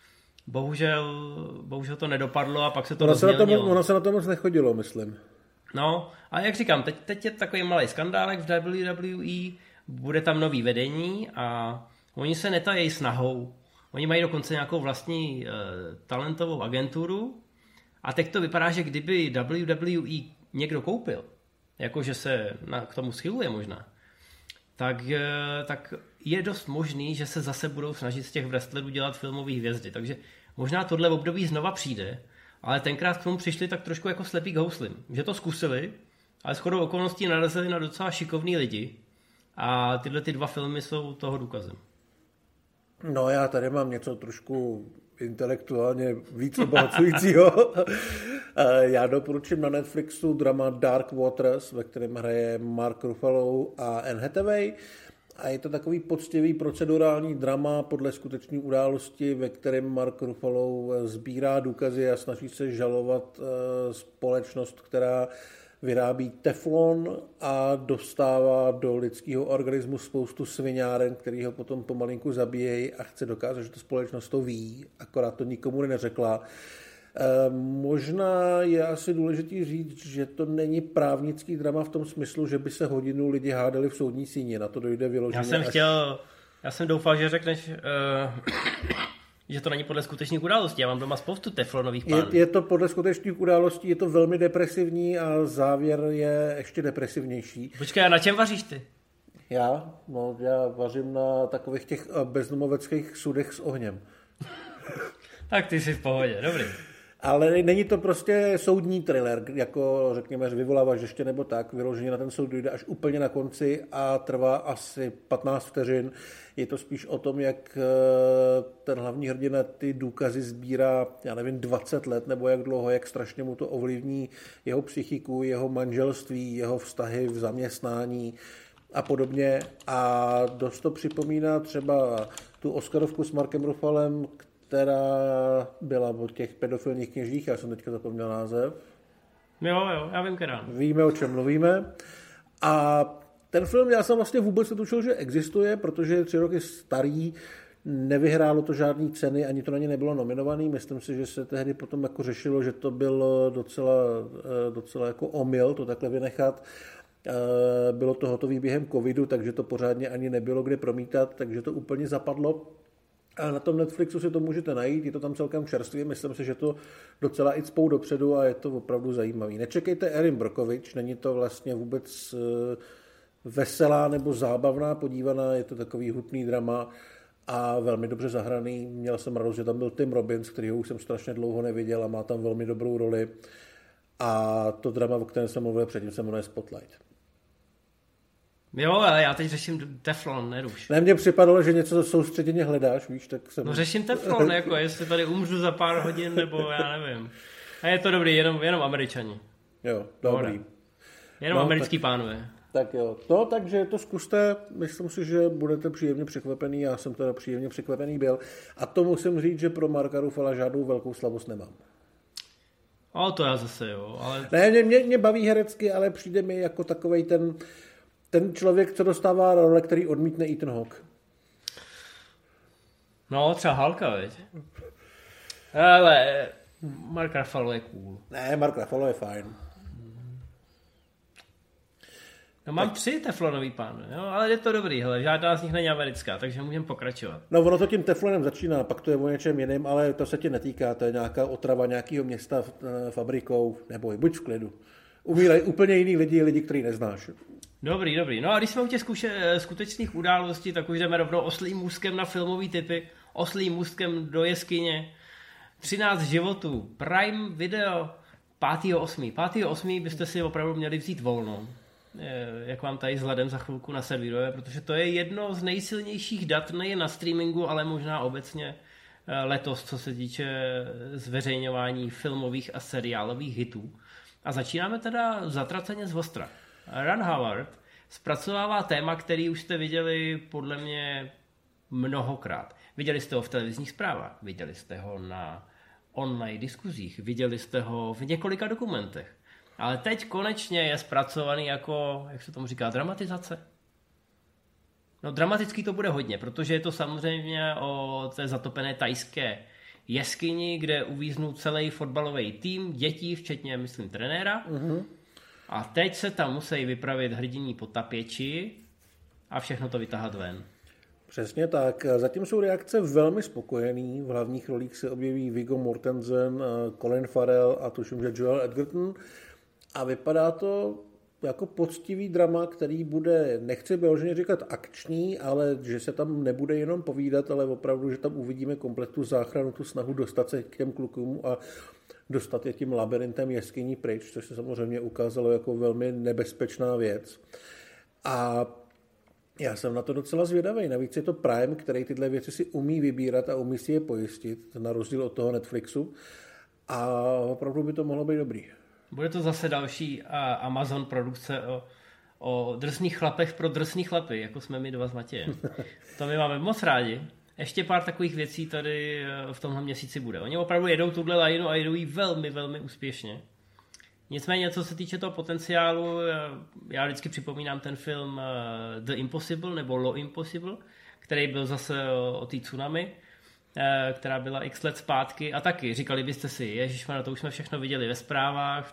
Bohužel to nedopadlo a pak se to rozmělnilo. Ono se na to moc nechodilo, myslím. No, a jak říkám, teď je takový malý skandálek v WWE, bude tam nový vedení a oni se netají snahou. Oni mají dokonce nějakou vlastní talentovou agenturu a teď to vypadá, že kdyby WWE někdo koupil, jakože se k tomu schyluje možná, tak je dost možný, že se zase budou snažit z těch wrestlerů dělat filmové hvězdy. Takže možná tohle období znova přijde, ale tenkrát k tomu přišli tak trošku jako slepý k houslim. Že to zkusili, ale shodou okolností narazili na docela šikovný lidi a tyhle 2 filmy jsou toho důkazem. No já tady mám něco trošku intelektuálně víc obohacujícího. Já doporučím na Netflixu drama Dark Waters, ve kterém hraje Mark Ruffalo a Anne Hathaway. A je to takový poctivý procedurální drama podle skutečné události, ve kterém Mark Ruffalo sbírá důkazy a snaží se žalovat společnost, která vyrábí teflon a dostává do lidského organismu spoustu sviňáren, který ho potom pomalinku zabíjejí a chce dokázat, že ta společnost to ví, akorát to nikomu neřekla. Možná je asi důležitý říct, že to není právnický drama v tom smyslu, že by se hodinu lidi hádali v soudní síni, na to dojde vyloženě. Já jsem doufal, že řekneš, že to není podle skutečných událostí. Já mám doma spoustu teflonových pánů. Je to podle skutečných událostí, je to velmi depresivní a závěr je ještě depresivnější. Počkej, a na čem vaříš ty? Já vařím na takových těch bezdomoveckých sudech s ohněm. Tak ty jsi v pohodě, dobrý. Ale není to prostě soudní thriller, jako řekněme, že vyvoláváš ještě nebo tak, vyloženě na ten soud dojde až úplně na konci a trvá asi 15 vteřin. Je to spíš o tom, jak ten hlavní hrdina ty důkazy sbírá, 20 let nebo jak dlouho, jak strašně mu to ovlivní jeho psychiku, jeho manželství, jeho vztahy v zaměstnání a podobně. A dost to připomíná třeba tu Oscarovku s Markem Ruffalem, která byla o těch pedofilních kněžích, já jsem teďka zapomněl název. Jo, já vím, která. Víme, o čem mluvíme. A ten film, já jsem vlastně vůbec netušil, že existuje, protože je 3 roky starý, nevyhrálo to žádný ceny, ani to na ně nebylo nominovaný. Myslím si, že se tehdy potom jako řešilo, že to bylo docela jako omyl to takhle vynechat. Bylo to hotový během covidu, takže to pořádně ani nebylo kde promítat, takže to úplně zapadlo. A na tom Netflixu si to můžete najít, je to tam celkem čerstvě, myslím si, že to docela i cpou dopředu a je to opravdu zajímavý. Nečekejte Erin Brockovich, není to vlastně vůbec veselá nebo zábavná podívaná, je to takový hutný drama a velmi dobře zahraný. Měl jsem radost, že tam byl Tim Robbins, kterýho už jsem strašně dlouho neviděl a má tam velmi dobrou roli. A to drama, o kterém jsem mluvil předtím, se jmenuje Spotlight. Jo, ale já teď řeším Teflon, neruš. Ne, mně připadalo, že něco soustředěně hledáš, víš, tak jsem... No řeším Teflon, jako jestli tady umřu za pár hodin, nebo já nevím. A je to dobrý, jenom Američani. Jo, dobrý. Jenom americký pánové. Tak jo, no, takže to zkuste, myslím si, že budete příjemně překvapený, já jsem teda příjemně překvapený byl a to musím říct, že pro Marka Ruffala žádnou velkou slabost nemám. Ale to já zase, jo, ale... Ne, mě baví herecky, ale přijde mi jako takovej ten člověk, co dostává role, který odmítne Ethan Hawke. No, třeba Halka, veď. Ale Mark Ruffalo je cool. Ne, Mark Ruffalo je fajn. No mám 3 teflonový pán, jo, ale je to dobrý, hele, žádná z nich není americká, takže můžeme pokračovat. No ono to tím teflonem začíná, pak to je o něčem jiném, ale to se tě netýká, to je nějaká otrava nějakého města fabrikou, neboj, buď v klidu. Umírají úplně jiný lidi, který neznáš. Dobrý. No a když jsme u těch skutečných událostí, tak už jdeme rovnou oslým můstkem na filmový typy, oslým můstkem do jeskyně, 13 životů, Prime Video, 5.8. 5.8. byste si opravdu měli vzít volno, jak vám tady vzhledem za chvilku naservíruje, protože to je jedno z nejsilnějších dat nejen na streamingu, ale možná obecně letos, co se týče zveřejňování filmových a seriálových hitů. A začínáme teda zatraceně z ostra. Ron Howard zpracovává téma, který už jste viděli podle mě mnohokrát. Viděli jste ho v televizních zprávách, viděli jste ho na online diskuzích, viděli jste ho v několika dokumentech. Ale teď konečně je zpracovaný jako, jak se tomu říká, dramatizace. No dramatický to bude hodně, protože je to samozřejmě o té zatopené thajské jeskyni, kde uvíznul celý fotbalový tým, dětí, včetně, myslím, trenéra. Mm-hmm. A teď se tam musí vypravit hrdiní potapěči a všechno to vytahat ven. Přesně tak. Zatím jsou reakce velmi spokojený. V hlavních rolích se objeví Viggo Mortensen, Colin Farrell a tuším, že Joel Edgerton. A vypadá to jako poctivý drama, který bude, nechci vyloženě říkat akční, ale že se tam nebude jenom povídat, ale opravdu, že tam uvidíme komplet tu záchranu, tu snahu dostat se k těm klukům a dostat je tím labirintem jeskyní pryč, což se samozřejmě ukázalo jako velmi nebezpečná věc. A já jsem na to docela zvědavý. Navíc je to Prime, který tyhle věci si umí vybírat a umí si je pojistit, na rozdíl od toho Netflixu. A opravdu by to mohlo být dobrý. Bude to zase další Amazon produkce o drsných chlapech pro drsný chlapy, jako jsme my dva s Matějem. To my máme moc rádi. Ještě pár takových věcí tady v tomhle měsíci bude. Oni opravdu jedou tuhle lajinu a jedou ji velmi, velmi úspěšně. Nicméně, co se týče toho potenciálu, já vždycky připomínám ten film The Impossible nebo Law Impossible, který byl zase o té tsunami, která byla x let zpátky a taky říkali byste si, ježišmane, to už jsme všechno viděli ve zprávách,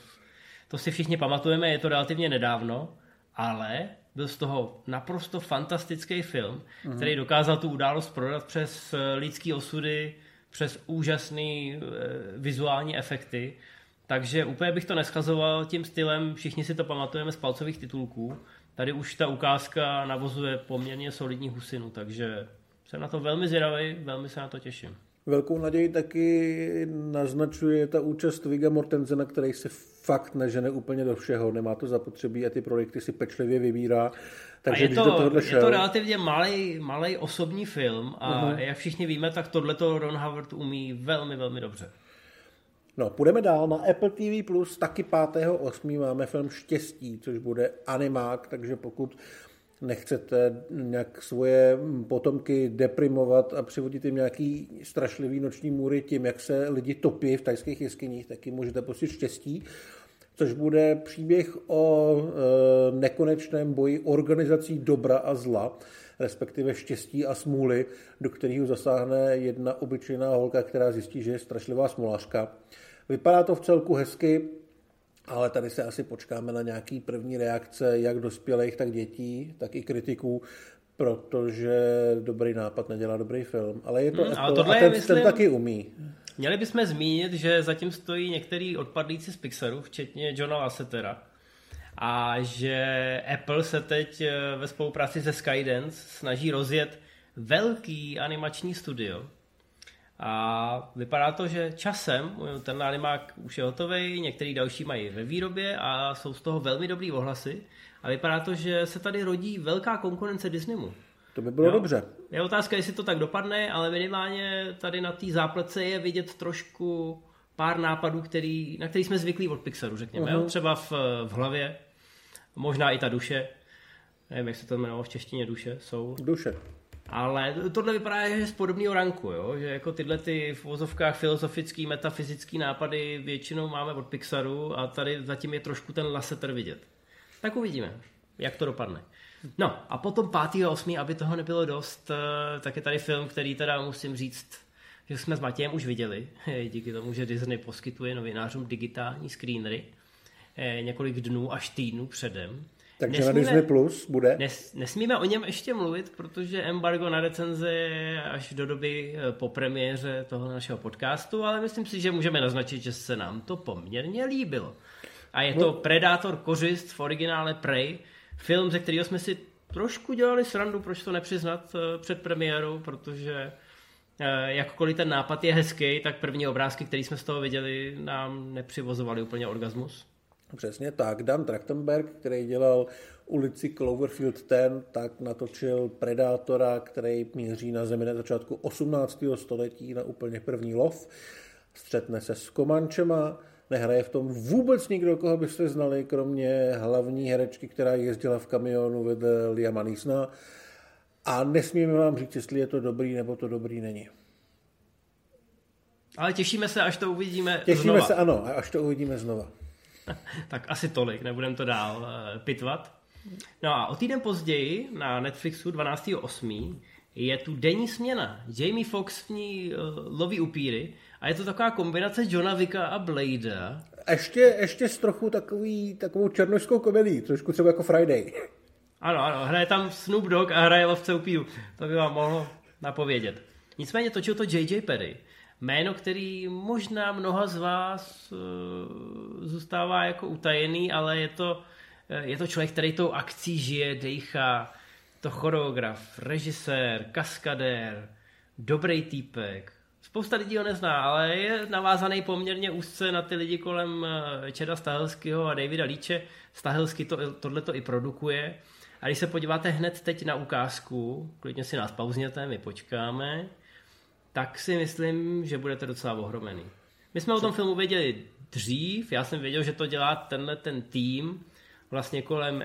to si všichni pamatujeme, je to relativně nedávno, ale byl z toho naprosto fantastický film, který dokázal tu událost prodat přes lidský osudy, přes úžasný vizuální efekty, takže úplně bych to neschazoval tím stylem, všichni si to pamatujeme z palcových titulků, tady už ta ukázka navozuje poměrně solidní husinu, takže jsem na to velmi zvědavý, velmi se na to těším. Velkou naději taky naznačuje ta účast Vigga Mortensena, který se fakt nežene úplně do všeho, nemá to zapotřebí a ty projekty si pečlivě vybírá. Takže je to relativně malej osobní film a jak všichni víme, tak tohleto Ron Howard umí velmi, velmi dobře. No, půjdeme dál. Na Apple TV Plus taky 5.8. máme film Štěstí, což bude animák, takže pokud nechcete nějak svoje potomky deprimovat a přivodit jim nějaký strašlivý noční můry tím, jak se lidi topí v thajských jeskyních, taky můžete pustit Štěstí, což bude příběh o nekonečném boji organizací dobra a zla, respektive štěstí a smůly, do kterého zasáhne jedna obyčejná holka, která zjistí, že je strašlivá smolařka. Vypadá to v celku hezky, ale tady se asi počkáme na nějaký první reakce jak dospělých, tak dětí, tak i kritiků, protože dobrý nápad nedělá dobrý film. Ale je to Apple a ten taky umí. Měli bychom zmínit, že zatím stojí některý odpadlíci z Pixaru, včetně Johna Lassetera, a že Apple se teď ve spolupráci se Skydance snaží rozjet velký animační studio. A vypadá to, že časem ten animák už je hotový, některý další mají ve výrobě a jsou z toho velmi dobrý ohlasy. A vypadá to, že se tady rodí velká konkurence Disneymu. To by bylo dobře. Je otázka, jestli to tak dopadne, ale minimálně tady na té zápletce je vidět trošku pár nápadů, na který jsme zvyklí od Pixaru, řekněme. Jo? Třeba v hlavě, možná i ta duše. Nevím, jak se to jmenovalo v češtině, duše jsou. Duše. Ale tohle vypadá, že je z podobného ranku, jo? Že jako tyhle ty v uvozovkách filozofický, metafyzický nápady většinou máme od Pixaru a tady zatím je trošku ten Lasseter vidět. Tak uvidíme, jak to dopadne. No a potom 5.8., aby toho nebylo dost, tak je tady film, který teda musím říct, že jsme s Matějem už viděli, díky tomu, že Disney poskytuje novinářům digitální screenery několik dnů až týdnů předem. Takže na Disney Plus bude? Nesmíme o něm ještě mluvit, protože embargo na recenze až do doby po premiéře toho našeho podcastu, ale myslím si, že můžeme naznačit, že se nám to poměrně líbilo. A je to Predator kořist v originále Prey, film, ze kterého jsme si trošku dělali srandu, proč to nepřiznat před premiérou, protože jakkoliv ten nápad je hezký, tak první obrázky, které jsme z toho viděli, nám nepřivozovaly úplně orgasmus. Přesně tak. Dan Trachtenberg, který dělal Ulici Cloverfield 10, tak natočil Predátora, který míří na Zemi na začátku 18. století na úplně první lov. Střetne se s Komančema, nehraje v tom vůbec nikdo, koho byste znali, kromě hlavní herečky, která jezdila v kamionu vedle Liama Neesona. A nesmíme vám říct, jestli je to dobrý, nebo to dobrý není. Ale těšíme se, až to uvidíme Těšíme znova. se, ano, až to uvidíme znova. Tak asi tolik, nebudem to dál pitvat. No a o týden později na Netflixu 12.8. je tu denní směna. Jamie Foxx v ní loví upíry a je to taková kombinace Johna Wicka a Bladea. Ještě s trochu takovou černošskou komedii, trošku třeba jako Friday. Ano, hraje tam Snoop Dogg a hraje lovce upírů. To by vám mohlo napovědět. Nicméně točil to J.J. Perry. Jméno, který možná mnoha z vás zůstává jako utajený, ale je to člověk, který tou akcí žije, dejchá. To choreograf, režisér, kaskadér, dobrý týpek. Spousta lidí ho nezná, ale je navázaný poměrně úzce na ty lidi kolem Chada Stahelského a Davida Leache. Stahelský tohleto i produkuje. A když se podíváte hned teď na ukázku, klidně si nás pauzněte, my počkáme, tak si myslím, že budete docela ohromený. My jsme o tom filmu věděli dřív, já jsem věděl, že to dělá ten tým vlastně kolem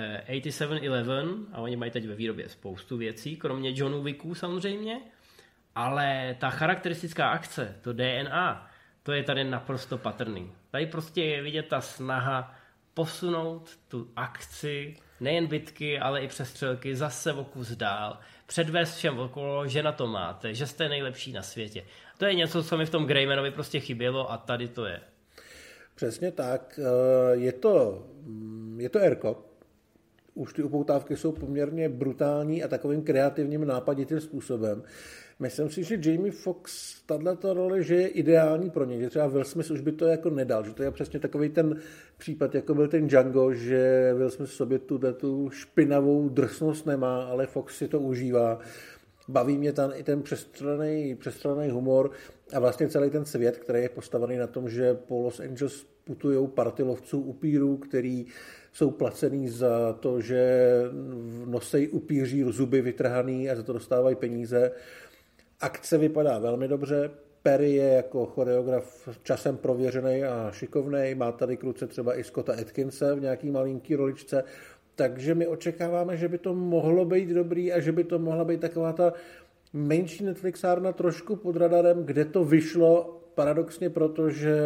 8711 a oni mají teď ve výrobě spoustu věcí, kromě Johnu Wicků samozřejmě, ale ta charakteristická akce, to DNA, to je tady naprosto patrný. Tady prostě je vidět ta snaha posunout tu akci, nejen bitky, ale i přestřelky zase o kus dál, předvést všem okolo, že na to máte, že jste nejlepší na světě. To je něco, co mi v tom Greymanovi prostě chybělo a tady to je. Přesně tak. Je to Erko. Už ty upoutávky jsou poměrně brutální a takovým kreativním nápaditým způsobem. Myslím si, že Jamie Foxx tato role, že je ideální pro ně, že třeba Will Smith už by to jako nedal, že to je přesně takový ten případ, jako byl ten Django, že Will Smith sobě tu špinavou drsnost nemá, ale Fox si to užívá. Baví mě tam i ten přestřelený humor a vlastně celý ten svět, který je postavený na tom, že po Los Angeles putujou party lovců upírů, který jsou placený za to, že nosejí upíří zuby vytrhaný a za to dostávají peníze. Akce vypadá velmi dobře. Perry je jako choreograf časem prověřený a šikovnej. Má tady k ruce třeba i Scotta Atkinse v nějaký malinký roličce. Takže my očekáváme, že by to mohlo být dobrý a že by to mohla být taková ta menší Netflixárna trošku pod radarem, kde to vyšlo paradoxně, protože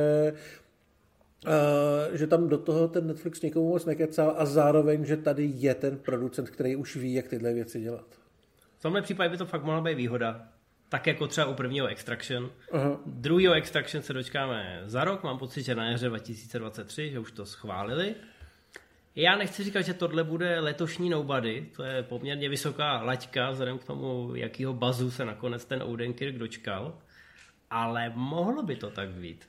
že tam do toho ten Netflix nikomu moc nekecal a zároveň, že tady je ten producent, který už ví, jak tyhle věci dělat. V tomhle případě by to fakt mohla být výhoda. Tak jako třeba u prvního Extraction. Aha. Druhýho Extraction se dočkáme za rok, mám pocit, že na jaře 2023, že už to schválili. Já nechci říkat, že tohle bude letošní Nobody, to je poměrně vysoká laťka, vzhledem k tomu, jakýho bazu se nakonec ten Odenkirk dočkal, ale mohlo by to tak být.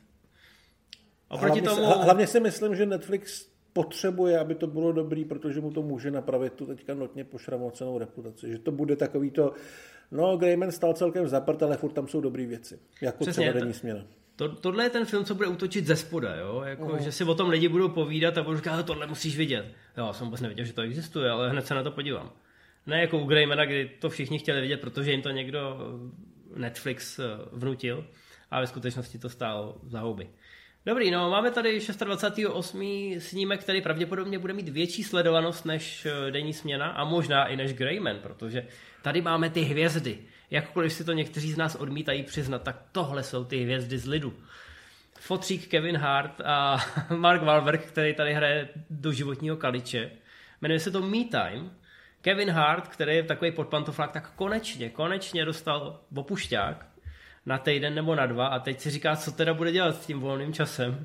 Hlavně si myslím, že Netflix potřebuje, aby to bylo dobrý, protože mu to může napravit tu teďka notně pošramocenou reputaci. Že to bude takový to No, Greyman stál celkem zaprt, ale furt tam jsou dobrý věci. Jako přesně, třeba Denní směna. Tohle je ten film, co bude útočit ze spoda, jo? Jako, že si o tom lidi budou povídat a budou říkat, tohle musíš vidět. Jo, já jsem vůbec nevěděl, že to existuje, ale hned se na to podívám. Ne jako u Greymana, kdy to všichni chtěli vidět, protože jim to někdo Netflix vnutil a ve skutečnosti to stálo za houby. Dobrý, no máme tady 26.8. snímek, který pravděpodobně bude mít větší sledovanost než Denní směna a možná i než Greyman, protože tady máme ty hvězdy. Jakkoliv si to někteří z nás odmítají přiznat, tak tohle jsou ty hvězdy z lidu. Fotřík Kevin Hart a Mark Wahlberg, který tady hraje do životního kaliče. Jmenuje se to Me Time. Kevin Hart, který je takový podpantoflák, tak konečně dostal opušťák na týden nebo na 2 a teď si říká, co teda bude dělat s tím volným časem.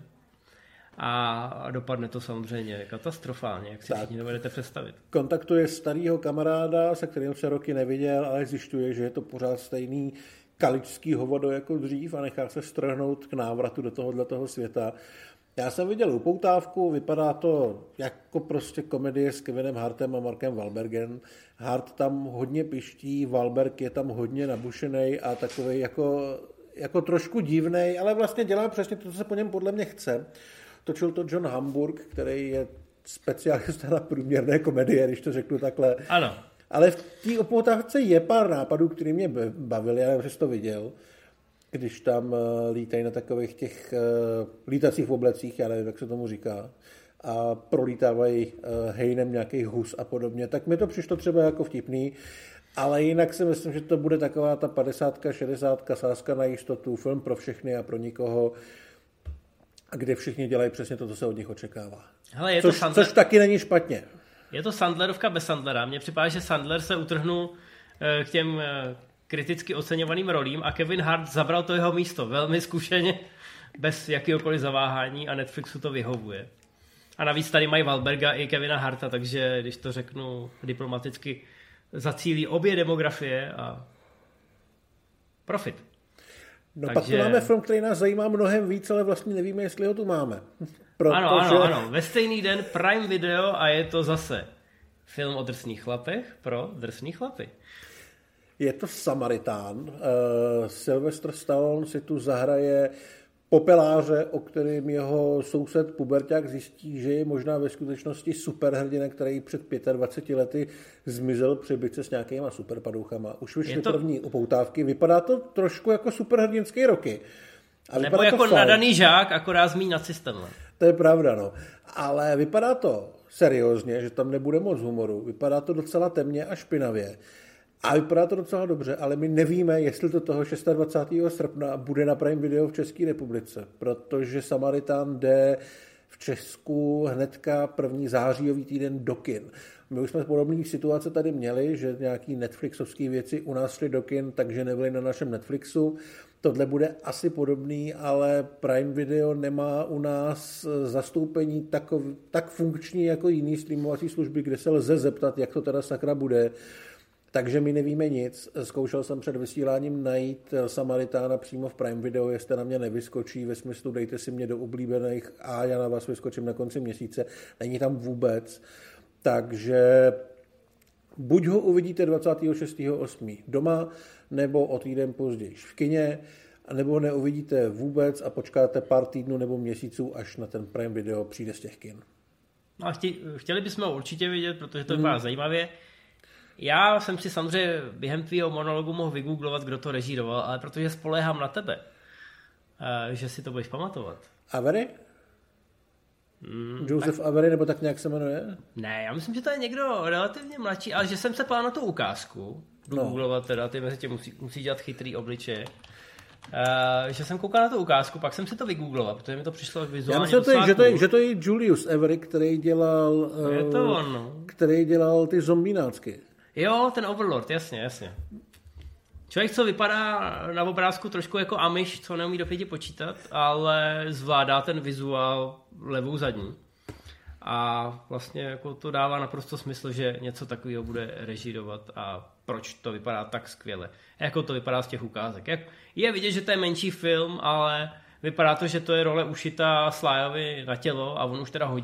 A dopadne to samozřejmě katastrofálně, jak si všichni dovedete představit. Kontaktuje starýho kamaráda, se kterým se roky neviděl, ale zjišťuje, že je to pořád stejný kaličský hovodo jako dřív a nechá se strhnout k návratu do tohoto světa. Já jsem viděl upoutávku, vypadá to jako prostě komedie s Kevinem Hartem a Markem Wahlbergem. Hart tam hodně piští, Wahlberg je tam hodně nabušenej a takovej jako trošku divnej, ale vlastně dělá přesně to, co se po něm podle mě chce. Točil to John Hamburg, který je specialista na průměrné komedie, když to řeknu takhle. Ano. Ale v té upoutávce je pár nápadů, které mě bavily, já nevím, že jsi to viděl, když tam lítají na takových těch lítacích oblecích, já nevím, jak se tomu říká, a prolítávají hejnem nějakých hus a podobně, tak mi to přišlo třeba jako vtipný, ale jinak si myslím, že to bude taková ta 50, 60 sázka na jistotu, film pro všechny a pro nikoho, kde všichni dělají přesně to, co se od nich očekává. Hele, což taky není špatně. Je to Sandlerovka bez Sandlera. Mně připadá, že Sandler se utrhnul k těm kriticky oceňovaným rolím a Kevin Hart zabral to jeho místo velmi zkušeně, bez jakýhokoliv zaváhání a Netflixu to vyhovuje. A navíc tady mají Wahlberga i Kevina Harta, takže když to řeknu diplomaticky, zacílí obě demografie a profit. No takže... pak tu máme film, který nás zajímá mnohem víc, ale vlastně nevíme, jestli ho tu máme. Protože... Ano. Ve stejný den Prime Video a je to zase film o drsných chlapech pro drsný chlapy. Je to Samaritán. Sylvester Stallone si tu zahraje popeláře, o kterém jeho soused puberťák zjistí, že je možná ve skutečnosti superhrdina, který před 25 lety zmizel při bitce s nějakýma superpadouchama. Už vyšly první upoutávky. Vypadá to trošku jako superhrdinský Rocky. A nebo jako nadaný žák, akorát zmíň nacistem. To je pravda, no. Ale vypadá to seriózně, že tam nebude moc humoru. Vypadá to docela temně a špinavě. A vypadá to docela dobře, ale my nevíme, jestli to toho 26. srpna bude na Prime Video v České republice, protože Samaritán jde v Česku hnedka 1. zářijový týden do kin. My už jsme podobné situace tady měli, že nějaký Netflixovské věci u nás šly do kin, takže nebyly na našem Netflixu. Tohle bude asi podobný, ale Prime Video nemá u nás zastoupení tak funkční jako jiný streamovací služby, kde se lze zeptat, jak to teda sakra bude. Takže my nevíme nic. Zkoušel jsem před vysíláním najít Samaritána přímo v Prime Video, jestli na mě nevyskočí, ve smyslu dejte si mě do oblíbených a já na vás vyskočím na konci měsíce. Není tam vůbec. Takže buď ho uvidíte 26.8. doma, nebo o týden později v kině, nebo neuvidíte vůbec a počkáte pár týdnů nebo měsíců, až na ten Prime Video přijde z těch kin. No a chtěli bychom ho určitě vidět, protože to vypadá zajímavě. Já jsem si samozřejmě během tvýho monologu mohl vygooglovat, kdo to režíroval, ale protože spoléhám na tebe, že si to budeš pamatovat. Avery? Joseph Avery, nebo tak nějak se jmenuje? Ne, já myslím, že to je někdo relativně mladší, ale že jsem se pál na tu ukázku, googlovat teda, ty mezi tím musí dělat chytrý obličeje, že jsem koukal na tu ukázku, pak jsem si to vygoogloval, protože mi to přišlo vizuálně. Já myslím, že to je Julius Avery, který dělal je to on, no. Který dělal ty zombínácky. Jo, ten Overlord, jasně. Člověk, co vypadá na obrázku trošku jako Amish, co neumí do 5 počítat, ale zvládá ten vizuál levou zadní. A vlastně jako to dává naprosto smysl, že něco takového bude režírovat a proč to vypadá tak skvěle. Jako to vypadá z těch ukázek. Je vidět, že to je menší film, ale vypadá to, že to je role ušitá Slyovi na tělo a on už teda hodně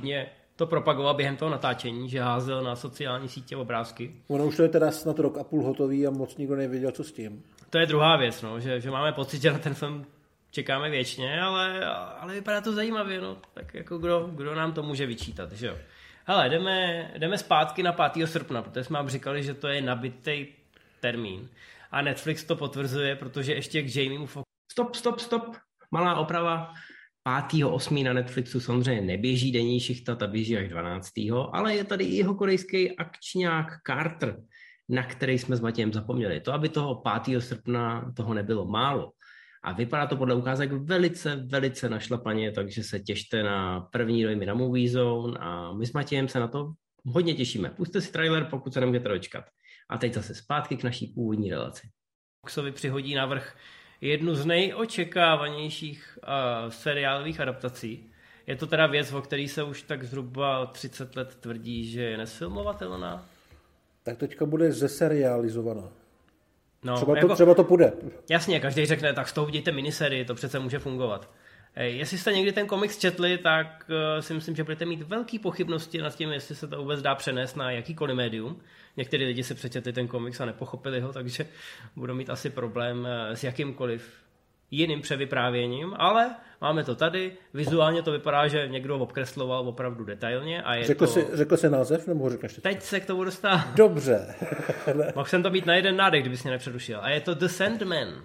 to propagoval během toho natáčení, že házel na sociální sítě obrázky. Ono už to je teda snad rok a půl hotový a moc nikdo nevěděl, co s tím. To je druhá věc, no, že máme pocit, že na ten film čekáme věčně, ale vypadá to zajímavě, no, tak jako kdo nám to může vyčítat, že jo. Hele, jdeme zpátky na 5. srpna, protože jsme vám říkali, že to je nabitý termín. A Netflix to potvrzuje, protože ještě k Jamiemu Stop. Malá oprava. 5.8. na Netflixu samozřejmě neběží denní šichta, ta běží až 12. Ale je tady i jeho korejský akčňák Carter, na který jsme s Matějem zapomněli. To, aby toho 5. srpna toho nebylo málo. A vypadá to podle ukázek velice našlapaně, takže se těšte na první dojmy na Movie Zone a my s Matějem se na to hodně těšíme. Pusťte si trailer, pokud se nemůžete dočkat. A teď zase zpátky k naší původní relaci. Foxovi přihodí navrch jednu z nejočekávanějších seriálových adaptací. Je to teda věc, o který se už tak zhruba 30 let tvrdí, že je nesfilmovatelná. Tak teďka bude zeserializovaná. No, třeba to půjde. Jasně, každý řekne, tak z toho udějte miniserii, to přece může fungovat. Jestli jste někdy ten komiks četli, tak si myslím, že budete mít velké pochybnosti nad tím, jestli se to vůbec dá přenést na jakýkoliv médium. Někteří lidi si přečetli ten komiks a nepochopili ho, takže budou mít asi problém s jakýmkoliv jiným převyprávěním, ale máme to tady, vizuálně to vypadá, že někdo ho obkresloval opravdu detailně. A Řekl jsi název, nebo ho řekneš teď? Teď se k tomu dostávám. Dobře. Mohl jsem to mít na jeden nádech, kdybys mě nepředušil. A je to The Sandman.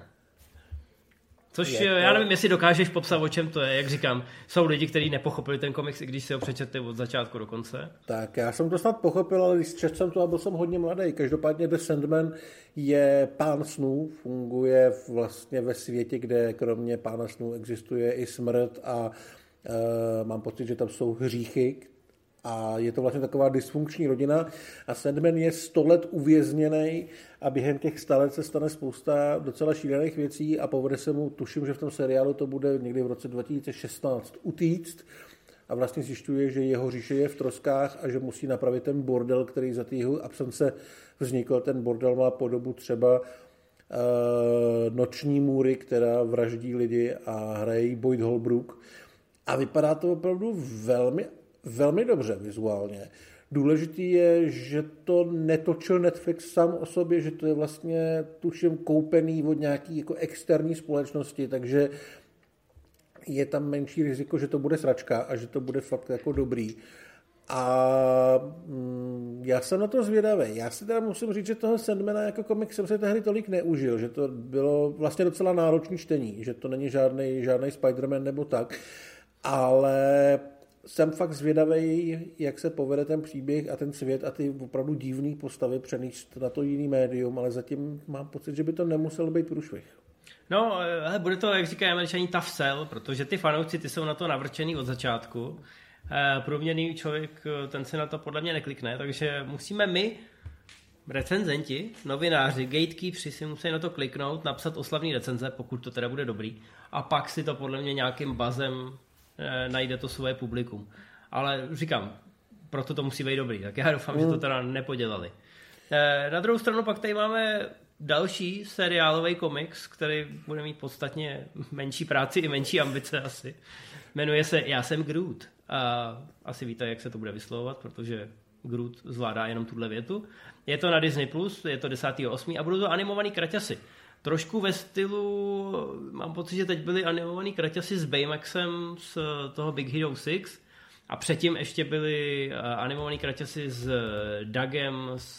Což já nevím, jestli dokážeš popsat, o čem to je. Jak říkám, jsou lidi, kteří nepochopili ten komiks, i když si ho přečetli od začátku do konce. Tak já jsem to snad pochopil, ale když četl jsem to a byl jsem hodně mladý. Každopádně The Sandman je pán snů, funguje vlastně ve světě, kde kromě pána snů existuje i smrt a mám pocit, že tam jsou hříchy. A je to vlastně taková dysfunkční rodina a Sandman je 100 let uvězněný a během těch 100 let se stane spousta docela šílených věcí a povede se mu, tuším, že v tom seriálu to bude někdy v roce 2016 utíct a vlastně zjišťuje, že jeho říše je v troskách a že musí napravit ten bordel, který za té jeho absence vznikl. Ten bordel má podobu třeba Noční můry, která vraždí lidi a hraje Boyd Holbrook a vypadá to opravdu velmi dobře vizuálně. Důležitý je, že to netočil Netflix sám o sobě, že to je vlastně tuším koupený od nějaký jako externí společnosti, takže je tam menší riziko, že to bude sračka a že to bude fakt jako dobrý. A já jsem na to zvědavý. Já si teda musím říct, že toho Sandmana jako komik jsem se tehdy tolik neužil, že to bylo vlastně docela náročné čtení, že to není žádný Spider-Man nebo tak, ale jsem fakt zvědavý, jak se povede ten příběh a ten svět a ty opravdu divné postavy přenést na to jiný médium, ale zatím mám pocit, že by to nemuselo být průšvih. No, ale bude to, jak říkají Američané, tough sell, protože ty fanoušci, ty jsou na to navrčený od začátku. Průměrný člověk, ten se na to podle mě neklikne, takže musíme my, recenzenti, novináři, gatekeepři si musí na to kliknout, napsat oslavný recenze, pokud to teda bude dobrý, a pak si to podle mě nějakým bazem najde to svoje publikum. Ale říkám, proto to musí být dobrý, tak já doufám, že to teda nepodělali. Na druhou stranu pak tady máme další seriálový komiks, který bude mít podstatně menší práci i menší ambice asi. Jmenuje se Já jsem Groot. A asi víte, jak se to bude vyslovovat, protože Groot zvládá jenom tuhle větu. Je to na Disney+, je to 10.8. a budou to animovaný kraťasy. Trošku ve stylu, mám pocit, že teď byly animovaný kraťasy s Baymaxem z toho Big Hero 6 a předtím ještě byly animovaný kraťasy s Dougem z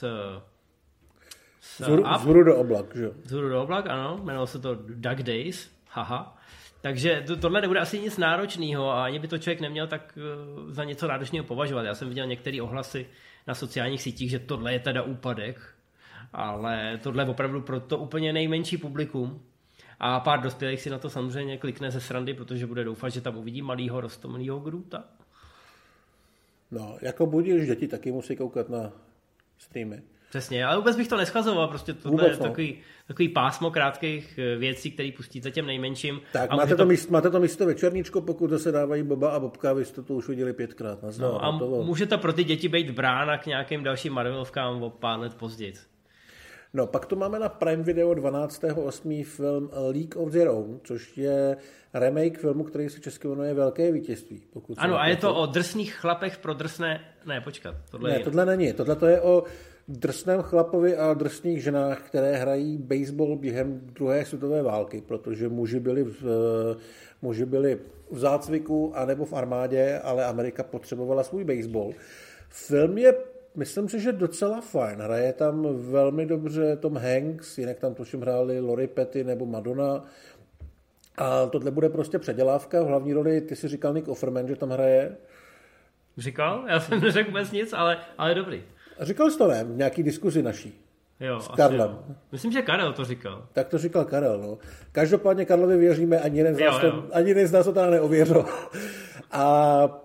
Vzhůru do oblak, že jo? Vzhůru do oblak, ano, jmenovalo se to Doug Days, haha. Takže tohle nebude asi nic náročného a ani by to člověk neměl tak za něco náročného považovat. Já jsem viděl některé ohlasy na sociálních sítích, že tohle je teda úpadek, ale tohle je opravdu pro to úplně nejmenší publikum. A pár dospělých si na to samozřejmě klikne ze srandy, protože bude doufat, že tam uvidí malýho roztomilýho Groota. No, jako budíš, děti taky musí koukat na streamy. Přesně, ale vůbec bych to neschazoval, prostě tohle je takový pásmo krátkých věcí, které pustíte těm nejmenším. Tak, máte to místo večerníčko, pokud to se dávají Boba a Bobka, vy jste to už viděli 5krát. No, a může to pro ty děti být brána k nějakým dalším Marvelovkám o pár let později. No, pak tu máme na Prime Video 12.8. film League of Their Own, což je remake filmu, který se česky jmenuje Velké vítězství. Ano, a je to o drsných chlapech pro drsné... Ne, počkat. Tohle není. Tohle to je o drsném chlapovi a drsných ženách, které hrají baseball během druhé světové války, protože muži byli v zácviku anebo v armádě, ale Amerika potřebovala svůj baseball. Film je, myslím si, že docela fajn. Hraje tam velmi dobře Tom Hanks, jinak tam tuším hráli Lori Petty nebo Madonna. A tohle bude prostě předělávka. V hlavní roli, ty si říkal Nick Offerman, že tam hraje. Říkal? Já jsem neřekl vůbec nic, ale dobrý. Říkal jsi to, ne? V nějaký diskuzi naší. Jo, s Karlem. Jo. Myslím, že Karel to říkal. Tak to říkal Karel, no. Každopádně Karlovi věříme, ani jeden z nás to teda neověřil. A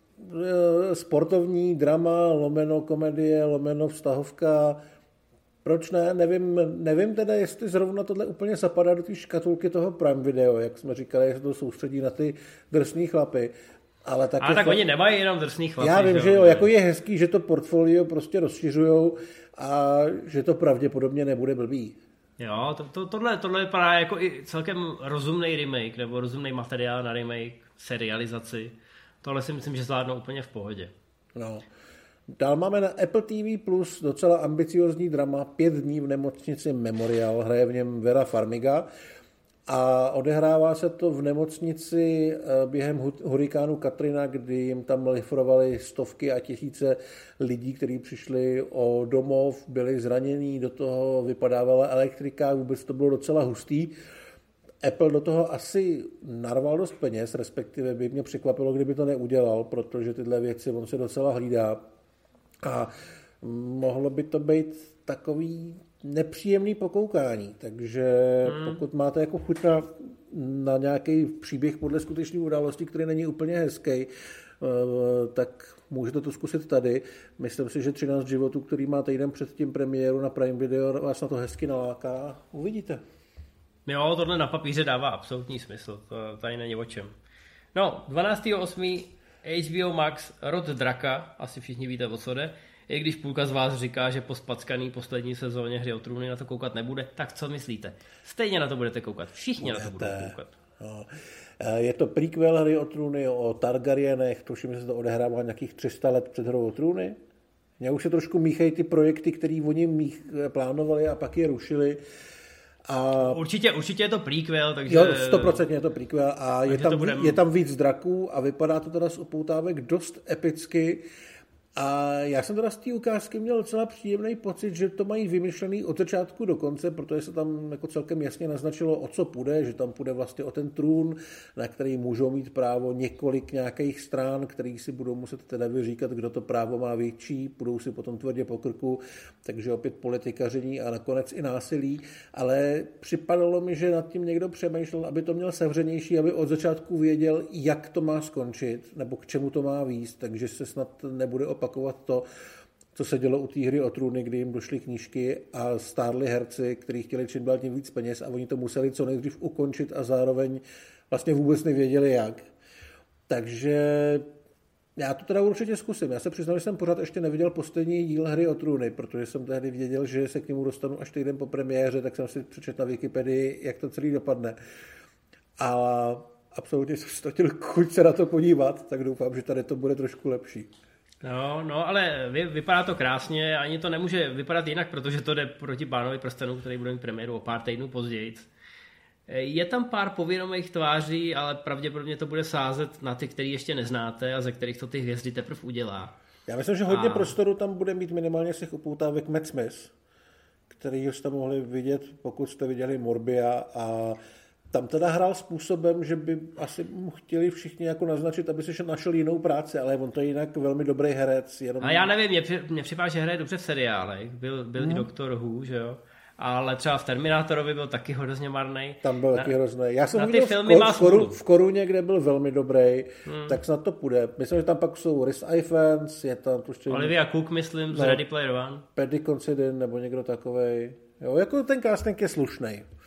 sportovní drama, lomeno komedie, lomeno vztahovka. Proč ne? Nevím teda, jestli zrovna tohle úplně zapadá do té škatulky toho Prime Video, jak jsme říkali, že se to soustředí na ty drsný chlapy. Ale tak oni nemají jenom drsný chlapy. Já vím, že jo, jako je hezký, že to portfolio prostě rozšiřujou a že to pravděpodobně nebude blbý. Jo, tohle vypadá jako i celkem rozumný remake, nebo rozumný materiál na remake, serializaci. Tohle si myslím, že zvládnou úplně v pohodě. No. Dál máme na Apple TV Plus docela ambiciozní drama 5 dní v nemocnici Memorial. Hraje v něm Vera Farmiga a odehrává se to v nemocnici během hurikánu Katrina, kdy jim tam lifrovali stovky a tisíce lidí, kteří přišli o domov, byli zranění, do toho vypadávala elektrika, vůbec to bylo docela hustý. Apple do toho asi narval dost peněz, respektive by mě překvapilo, kdyby to neudělal, protože tyhle věci on se docela hlídá. A mohlo by to být takový nepříjemný pokoukání, takže pokud máte jako chuť na nějaký příběh podle skutečné události, který není úplně hezký, tak můžete to zkusit tady. Myslím si, že 13 životů, který má týden před tím premiéru na Prime Video, vás na to hezky naláká. Uvidíte. Jo, tohle na papíře dává absolutní smysl, to tady není o čem. No, 12.8. HBO Max Rod Draka, asi všichni víte, o co jde, i když půlka z vás říká, že po spackaný poslední sezóně Hry o trůny na to koukat nebude, tak co myslíte? Stejně na to budete koukat, všichni na to budou koukat. No. Je to prequel Hry o trůny o Targaryenech, tuším, že se to odehrává nějakých 300 let před Hrou o trůny. Mě už se trošku míchají ty projekty, které oni plánovali a pak je rušili. A určitě je to prequel, takže... Jo, 100% je to prequel a je tam víc draků a vypadá to teda z upoutávek dost epicky. A já jsem teda z té ukázky měl docela příjemný pocit, že to mají vymyšlený od začátku do konce, protože se tam jako celkem jasně naznačilo, o co půjde, že tam půjde vlastně o ten trůn, na který můžou mít právo několik nějakých stran, který si budou muset teda vyříkat, kdo to právo má větší, budou si potom tvrdě po krku, takže opět politikaření a nakonec i násilí, ale připadalo mi, že nad tím někdo přemýšlel, aby to měl sevřenější, aby od začátku věděl, jak to má skončit, nebo k čemu to má vést, takže se snad nebude opakovat to, co se dělo u té Hry o trůny, kdy jim došly knížky a stárli herci, kteří chtěli čím dál tím víc peněz a oni to museli co nejdřív ukončit a zároveň vlastně vůbec nevěděli jak. Takže já to teda určitě zkusím. Já se přiznám, že jsem pořád ještě neviděl poslední díl Hry o trůny, protože jsem tehdy věděl, že se k němu dostanu až týden po premiéře, tak jsem si přečetl na Wikipedii, jak to celý dopadne. A absolutně jsem si to chtěl chuť se na to podívat, tak doufám, že tady to bude trošku lepší. No, ale vypadá to krásně, ani to nemůže vypadat jinak, protože to jde proti Pánovi prstenů, který bude mít premiéru o pár týdnů později. Je tam pár povědomých tváří, ale pravděpodobně to bude sázet na ty, který ještě neznáte a ze kterých to ty hvězdy teprve udělá. Já myslím, že hodně prostoru tam bude mít minimálně z těch upoutávek Matt Smith, který jste mohli vidět, pokud jste viděli Morbia, a tam teda hrál způsobem, že by asi mu chtěli všichni jako naznačit, aby si našel jinou práci, ale on to je jinak velmi dobrý herec. A já nevím, mě připadá, že hraje dobře v seriálech. Byl i Doctor Who, že jo? Ale třeba v Terminátorovi byl taky hrozně marnej. Tam byl taky hrozný. Já jsem viděl v Koruně, kde byl velmi dobrý, tak snad to půjde. Myslím, že tam pak jsou Rhys Ifans, je tam tuším Olivia Cook, myslím, z Ready Player One. Paddy Considine nebo někdo takovej. Jo, jako ten casting je slušnej.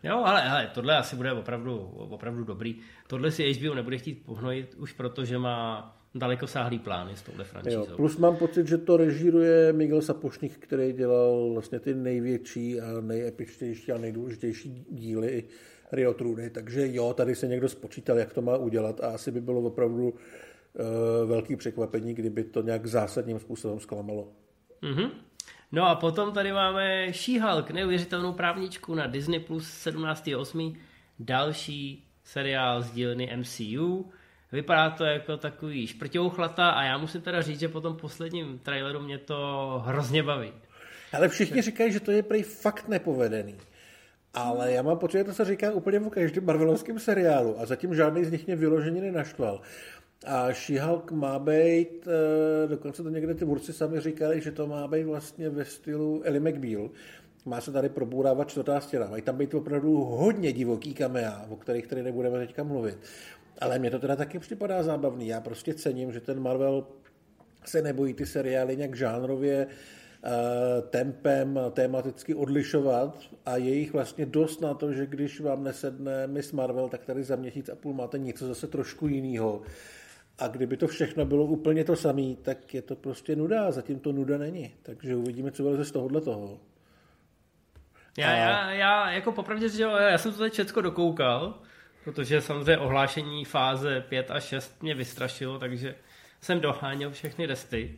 Jo, ale tohle asi bude opravdu dobrý. Tohle si HBO nebude chtít pohnojit už proto, že má dalekosáhlý plány s touhle franšízou. Jo, plus mám pocit, že to režíruje Miguel Sapochnik, který dělal vlastně ty největší a nejepičtější a nejdůležitější díly Rio Trudy, takže jo, tady se někdo spočítal, jak to má udělat a asi by bylo opravdu velký překvapení, kdyby to nějak zásadním způsobem zklamalo. Mm-hmm. No a potom tady máme She-Hulk, neuvěřitelnou právničku na Disney Plus 17.8. Další seriál z dílny MCU. Vypadá to jako takový šprťouchlata a já musím teda říct, že po tom posledním traileru mě to hrozně baví. Ale všichni říkají, že to je prej fakt nepovedený. Ale já mám pocit, že to se říká úplně o každém marvelovském seriálu a zatím žádný z nich mě vyloženě nenaštval. A She-Hulk má být, dokonce to někde ty vůdci sami říkali, že to má být vlastně ve stylu Ellie McBeal. Má se tady probourávat čtvrtá stěna. Mají tam být opravdu hodně divoký kamea, o kterých tady nebudeme teďka mluvit. Ale mně to teda taky připadá zábavný. Já prostě cením, že ten Marvel se nebojí ty seriály nějak žánrově, tempem tematicky odlišovat a je jich vlastně dost na to, že když vám nesedne Miss Marvel, tak tady za měsíc a půl máte něco zase trošku jinýho. A kdyby to všechno bylo úplně to samé, tak je to prostě nuda. Zatím to nuda není. Takže uvidíme, co vyleze z tohohle toho. Já jako popravdě, že já jsem to teď všecko dokoukal, protože samozřejmě ohlášení fáze 5 a 6 mě vystrašilo, takže jsem doháněl všechny resty.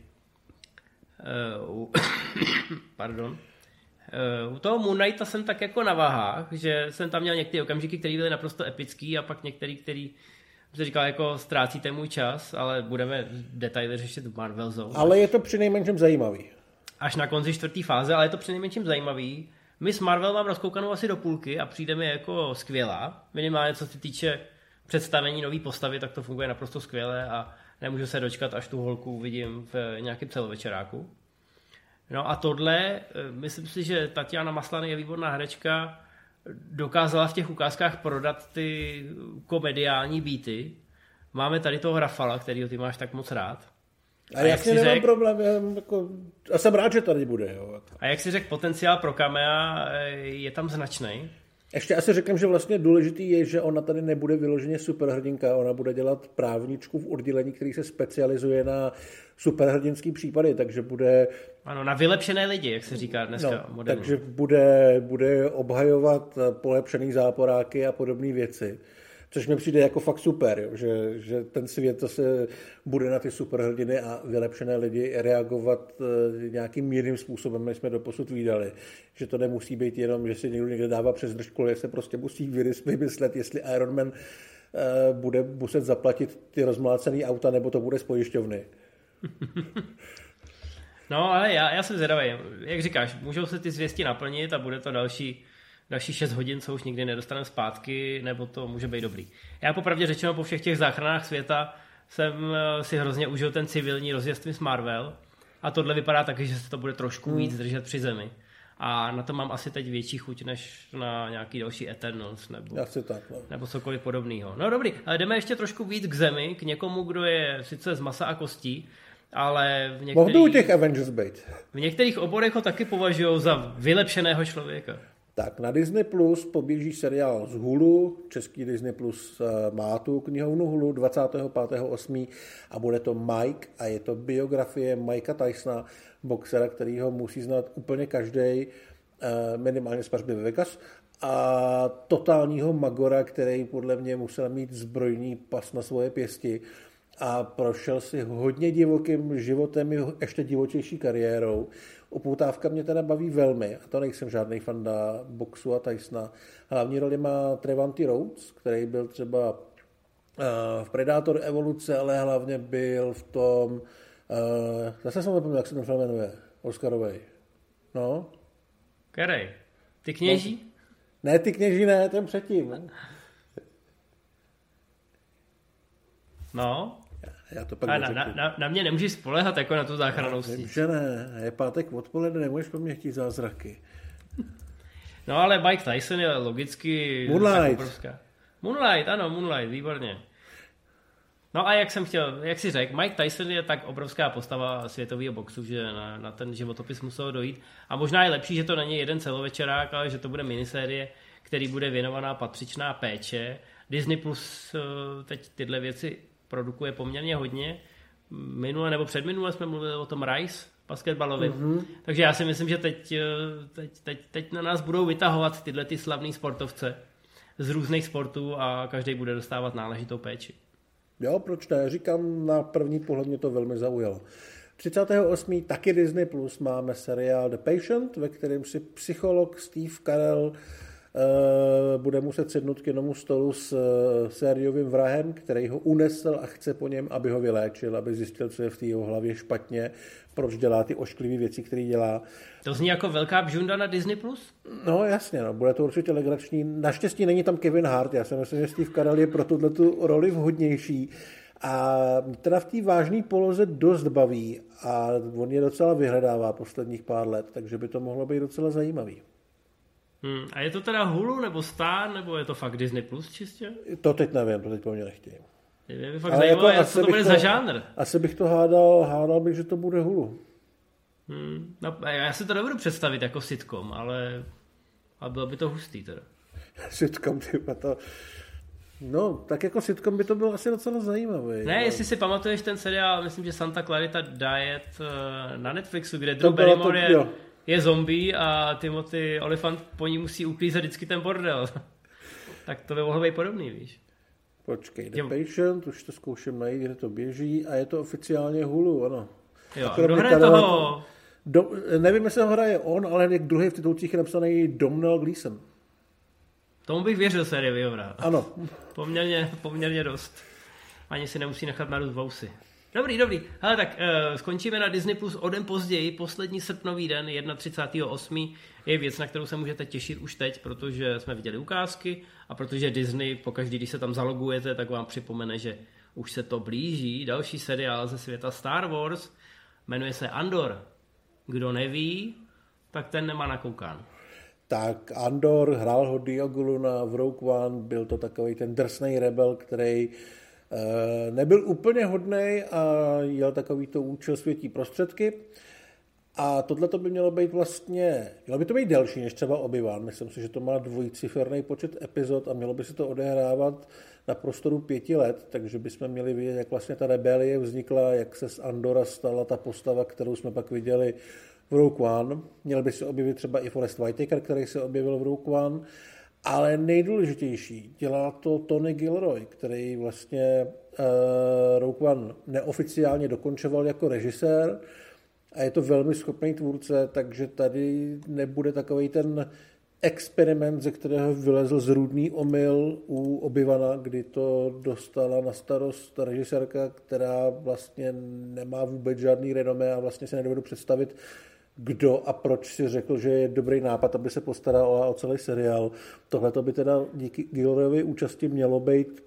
Pardon. U toho Moon Knighta jsem tak jako na váhách, že jsem tam měl některé okamžiky, které byly naprosto epický a pak některý, který se říkal, jako ztrácíte můj čas, ale budeme detaily řešit v Marvel Zone. Ale je to přinejmenším zajímavý. Až na konci 4. fáze, ale je to přinejmenším zajímavý. Miss Marvel mám rozkoukanou asi do půlky a přijde mi jako skvělá. Minimálně co se týče představení nový postavy, tak to funguje naprosto skvěle a nemůžu se dočkat, až tu holku uvidím v nějakém celovečeráku. No a tohle, myslím si, že Tatiana Maslany je výborná herečka, dokázala v těch ukázkách prodat ty komediální beaty. Máme tady toho Rafala, kterýho ty máš tak moc rád. A jasně nemám problém, já jsem rád, že tady bude. Jo. A jak si řekl, potenciál pro kamea je tam značný. Ještě asi řeknu, že vlastně důležitý je, že ona tady nebude vyloženě superhrdinka, ona bude dělat právničku v oddělení, který se specializuje na superhrdinský případy, takže bude... Ano, na vylepšené lidi, jak se říká dneska. No, takže bude obhajovat polepšený záporáky a podobné věci. Což mi přijde jako fakt super, jo? Že ten svět zase bude na ty superhrdiny a vylepšené lidi reagovat nějakým jiným způsobem, než jsme doposud vídali. Že to nemusí být jenom, že si někdo někde dává přes držku, ale se prostě musí vymyslet, jestli Iron Man bude muset zaplatit ty rozmlácený auta, nebo to bude z pojišťovny. No, ale já jsem zvědavý. Jak říkáš, můžou se ty zvěsti naplnit a bude to další 6 hodin, co už nikdy nedostaneme zpátky, nebo to může být dobrý. Já popravdě řečeno po všech těch záchranách světa jsem si hrozně užil ten civilní rozjezd Miss Marvel a tohle vypadá taky, že se to bude trošku víc držet při zemi. A na to mám asi teď větší chuť, než na nějaký další Eternals nebo cokoliv podobného. No dobrý, ale jdeme ještě trošku víc k zemi, k někomu, kdo je sice z masa a kostí, ale v některých oborech ho taky považují za vylepšeného člověka. Tak na Disney Plus poběží seriál z Hulu, český Disney Plus má tu knihovnu Hulu 25.8. a bude to Mike a je to biografie Mikea Tysona, boxera, kterýho musí znát úplně každej, minimálně z pařby ve Vegas, a totálního magora, který podle mě musel mít zbrojní pas na svoje pěsti a prošel si hodně divokým životem i ještě divočejší kariérou. Upoutávka mě teda baví velmi, a to nejsem žádný fanda boxu a Tysona. Hlavní roli má Trevanty Rhodes, který byl třeba v Predator Evoluce, ale hlavně byl v tom, zase jsem nepomněl, jak se ten film jmenuje, Oscarovej. No? Který? Ty kněží? No, ne, ty kněží ne, ten předtím. No? Já to pak na mě nemůžeš spoléhat jako na tu záchrannou síť. Vím, že ne. Je pátek odpoledne, nemůžeš po mně chtít zázraky. No ale Mike Tyson je logicky... Moonlight, výborně. No a jak si řekl, Mike Tyson je tak obrovská postava světového boxu, že na ten životopis muselo dojít. A možná je lepší, že to není jeden celovečerák, ale že to bude minisérie, který bude věnovaná patřičná péče. Disney Plus teď tyhle věci produkuje poměrně hodně. Minule nebo předminule jsme mluvili o tom Rise basketbalovým. Takže já si myslím, že teď na nás budou vytahovat tyhle ty slavný sportovce z různých sportů a každý bude dostávat náležitou péči. Jo, proč ne? Říkám, na první pohled mě to velmi zaujalo. 38. taky Disney Plus máme seriál The Patient, ve kterém si psycholog Steve Carell bude muset sednout k jednomu stolu s sériovým vrahem, který ho unesl a chce po něm, aby ho vyléčil, aby zjistil, co je v té jeho hlavě špatně, proč dělá ty ošklivé věci, které dělá. To zní jako velká bžunda na Disney Plus? No jasně, no, bude to určitě legrační. Naštěstí není tam Kevin Hart, já si myslím, že Steve Carell je pro tuto roli vhodnější. A teda v té vážné poloze dost baví a on je docela vyhledává posledních pár let, takže by to mohlo být docela zajímavý. A je to teda Hulu nebo Star, nebo je to fakt Disney Plus čistě? To teď nevím, to teď po mě nechtějí. Je by fakt zajímavé, co to bude za žánr. Asi bych to hádal bych, že to bude Hulu. No, já si to nebudu představit jako sitcom, ale bylo by to hustý teda. Sitcom, tyba to... No, tak jako sitcom by to bylo asi docela zajímavý. Ne, jestli si pamatuješ ten seriál, myslím, že Santa Clarita Diet na Netflixu, kde Drew Barrymore je zombie a Timothy Olyphant po ní musí uklízet vždycky ten bordel. Tak to by mohlo být podobný, víš. Počkej, The Patient, už to zkouším najít, kde to běží a je to oficiálně Hulu, ano. Jo, a kdo hraje toho? Nevím, jestli ho hraje on, ale jak druhý v titulcích je napsaný Domhnall Gleeson. Tomu bych věřil sériový vrah. Ano. Poměrně dost. Ani si nemusí nechat narůst vousy. Dobrý. Hele, tak skončíme na Disney Plus o den později. Poslední srpnový den, 31.8. je věc, na kterou se můžete těšit už teď, protože jsme viděli ukázky a protože Disney pokaždý, když se tam zalogujete, tak vám připomene, že už se to blíží. Další seriál ze světa Star Wars jmenuje se Andor. Kdo neví, tak ten nemá nakoukán. Tak Andor, hrál ho Diego Luna v Rogue One, byl to takový ten drsnej rebel, který nebyl úplně hodnej a jel takový to účel světí prostředky. A tohle to by mělo být mělo by to být delší než třeba Obi-Wan. Myslím si, že to má dvojciferný počet epizod a mělo by se to odehrávat na prostoru 5 let, takže bychom měli vidět, jak vlastně ta rebelie vznikla, jak se z Andora stala ta postava, kterou jsme pak viděli v Rogue One. Měl by se objevit třeba i Forest Whitaker, který se objevil v Rogue One, ale nejdůležitější, dělá to Tony Gilroy, který vlastně Rogue One neoficiálně dokončoval jako režisér a je to velmi schopný tvůrce, takže tady nebude takovej ten experiment, ze kterého vylezl zrůdný omyl u Obi-Wana, kdy to dostala na starost režisérka, která vlastně nemá vůbec žádný renomé a vlastně se nedovedu představit, kdo a proč si řekl, že je dobrý nápad, aby se postaral o celý seriál. Tohle to by teda díky Gilroyově účasti mělo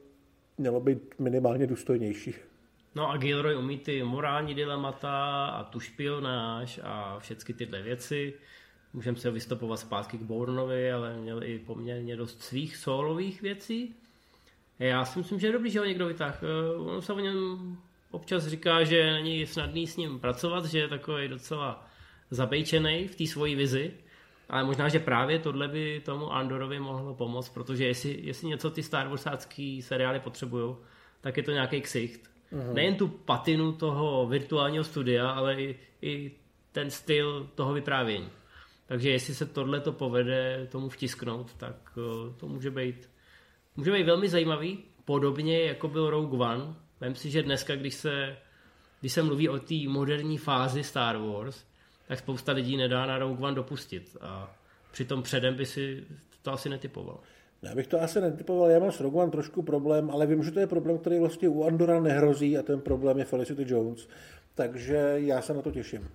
být minimálně důstojnější. No a Gilroy umí ty morální dilemata a tu špionáž a všechny tyhle věci. Můžeme se vystupovat zpátky k Bournovi, ale měl i poměrně dost svých solových věcí. Já si myslím, že je dobrý, že ho někdo vytáhl. On se o něm občas říká, že není snadný s ním pracovat, že je takový docela zabejčenej v té svojí vizi, ale možná, že právě tohle by tomu Andorovi mohlo pomoct, protože jestli něco ty Star Warsácký seriály potřebují, tak je to nějaký ksicht. Nejen tu patinu toho virtuálního studia, ale i ten styl toho vyprávění. Takže jestli se tohle to povede tomu vtisknout, tak to může být velmi zajímavý, podobně jako byl Rogue One. Vem si, že dneska, když se mluví o té moderní fázi Star Wars, tak spousta lidí nedá na Rogue One dopustit a přitom předem by si to asi netypoval. Já bych to asi netypoval, já mám s Rogue One trošku problém, ale vím, že to je problém, který vlastně u Andora nehrozí a ten problém je Felicity Jones, takže já se na to těším.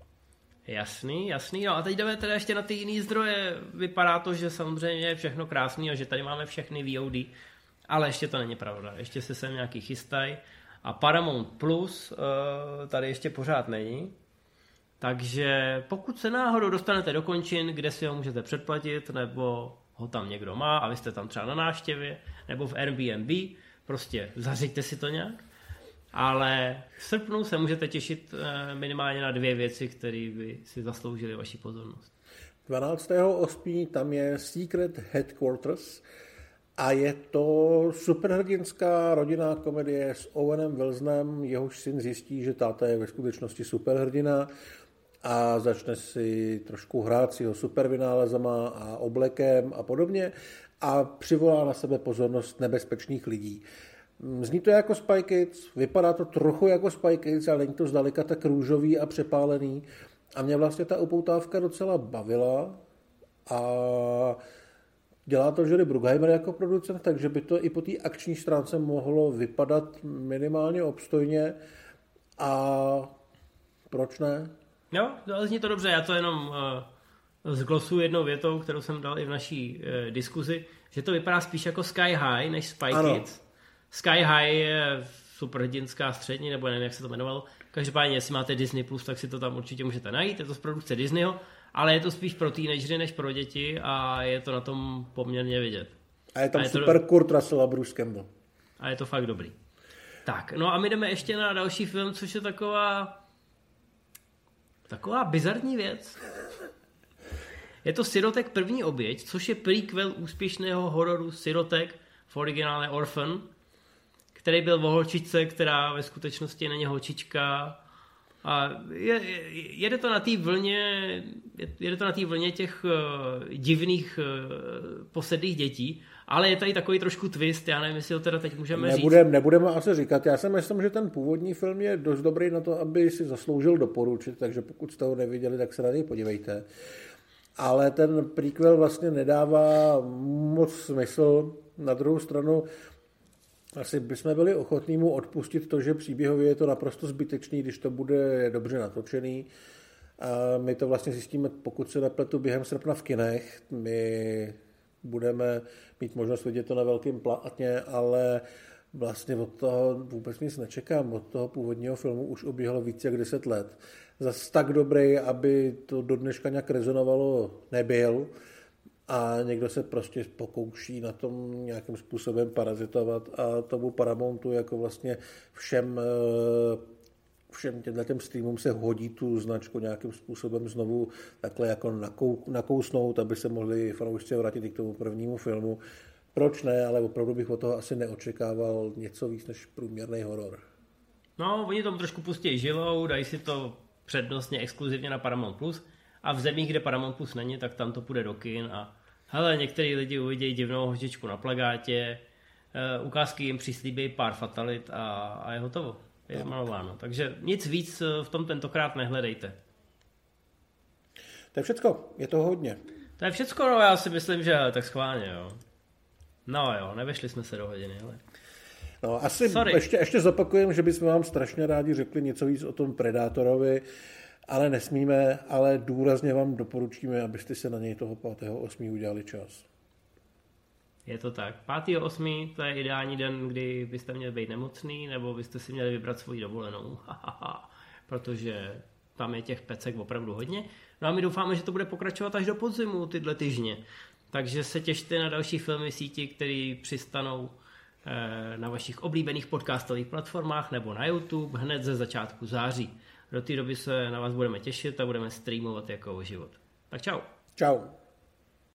Jasný, no a teď jdeme teda ještě na ty jiný zdroje. Vypadá to, že samozřejmě je všechno krásný a že tady máme všechny VOD, ale ještě to není pravda, ještě se sem nějaký chystají a Paramount Plus tady ještě pořád není. Takže pokud se náhodou dostanete do končin, kde si ho můžete předplatit, nebo ho tam někdo má a vy jste tam třeba na návštěvě, nebo v Airbnb, prostě zařiďte si to nějak. Ale v srpnu se můžete těšit minimálně na 2 věci, které by si zasloužily vaši pozornost. 12.8. tam je Secret Headquarters a je to superhrdinská rodinná komedie s Owenem Wilsonem, jehož syn zjistí, že táta je ve skutečnosti superhrdina a začne si trošku hrát s jeho supervynálezama a oblekem a podobně a přivolá na sebe pozornost nebezpečných lidí. Zní to jako Spy Kids, vypadá to trochu jako Spy Kids, ale není to zdaleka tak růžový a přepálený. A mě vlastně ta upoutávka docela bavila a dělá to Jerry Bruckheimer jako producent, takže by to i po té akční stránce mohlo vypadat minimálně obstojně a proč ne? Jo, zní to dobře, já to jenom zglosuji jednou větou, kterou jsem dal i v naší diskuzi, že to vypadá spíš jako Sky High než Spy Kids. Sky High je superhrdinská střední, nebo nevím, jak se to jmenovalo. Každopádně, jestli máte Disney+, tak si to tam určitě můžete najít. Je to z produkce Disneyho, ale je to spíš pro teenagery než pro děti a je to na tom poměrně vidět. A je tam super Kurt Russell a Bruce Campbell. A je to fakt dobrý. Tak, no a my jdeme ještě na další film, což je taková bizarní věc. Je to Sirotek první oběť, což je prequel úspěšného hororu Sirotek, v originále Orphan, který byl o holčičce, která ve skutečnosti není holčička. A jede to na té vlně těch divných posedlých dětí, ale je tady takový trošku twist, já nevím, jestli ho teda teď můžeme říct. Nebudeme asi říkat, já si myslím, že ten původní film je dost dobrý na to, aby si zasloužil doporučit, takže pokud jste ho neviděli, tak se na něj podívejte. Ale ten prequel vlastně nedává moc smysl. Na druhou stranu asi bychom byli ochotní mu odpustit to, že příběhově je to naprosto zbytečný, když to bude dobře natočený. A my to vlastně zjistíme, pokud se nepletu, během srpna v kinech. My budeme mít možnost vidět to na velkém plátně, ale vlastně od toho vůbec nic nečekám. Od toho původního filmu už uběhlo víc jak 10 let. Zas tak dobrý, aby to do dneška nějak rezonovalo, nebyl. A někdo se prostě pokouší na tom nějakým způsobem parazitovat a tomu Paramountu jako vlastně všem těm streamům se hodí tu značku nějakým způsobem znovu takhle jako nakousnout, aby se mohli fanoušci vrátit i k tomu prvnímu filmu. Proč ne, ale opravdu bych od toho asi neočekával něco víc než průměrný horor. No, oni tomu trošku pustí žilou, dají si to přednostně exkluzivně na Paramount Plus a v zemích, kde Paramount Plus není, tak tam to půjde do kin a hele, některý lidi uvidějí divnou hořičku na plakátě, ukázky jim přislíbí pár fatalit a je hotovo. Je malováno. Takže nic víc v tom tentokrát nehledejte. To je všecko. Je toho hodně. To je všecko, no já si myslím, že tak schválně, jo. No jo, nevešli jsme se do hodiny, ale... No asi ještě zopakujem, že bychom vám strašně rádi řekli něco víc o tom Predátorovi, ale nesmíme, ale důrazně vám doporučíme, abyste se na něj toho 5.8. udělali čas. Je to tak. 5.8. to je ideální den, kdy byste měli být nemocný, nebo byste si měli vybrat svoji dovolenou. Protože tam je těch pecek opravdu hodně. No a my doufáme, že to bude pokračovat až do podzimu tyhle týždně. Takže se těšte na další filmy síti, které přistanou na vašich oblíbených podcastových platformách nebo na YouTube hned ze začátku září. Do té doby se na vás budeme těšit a budeme streamovat jako o život. Tak čau. Čau.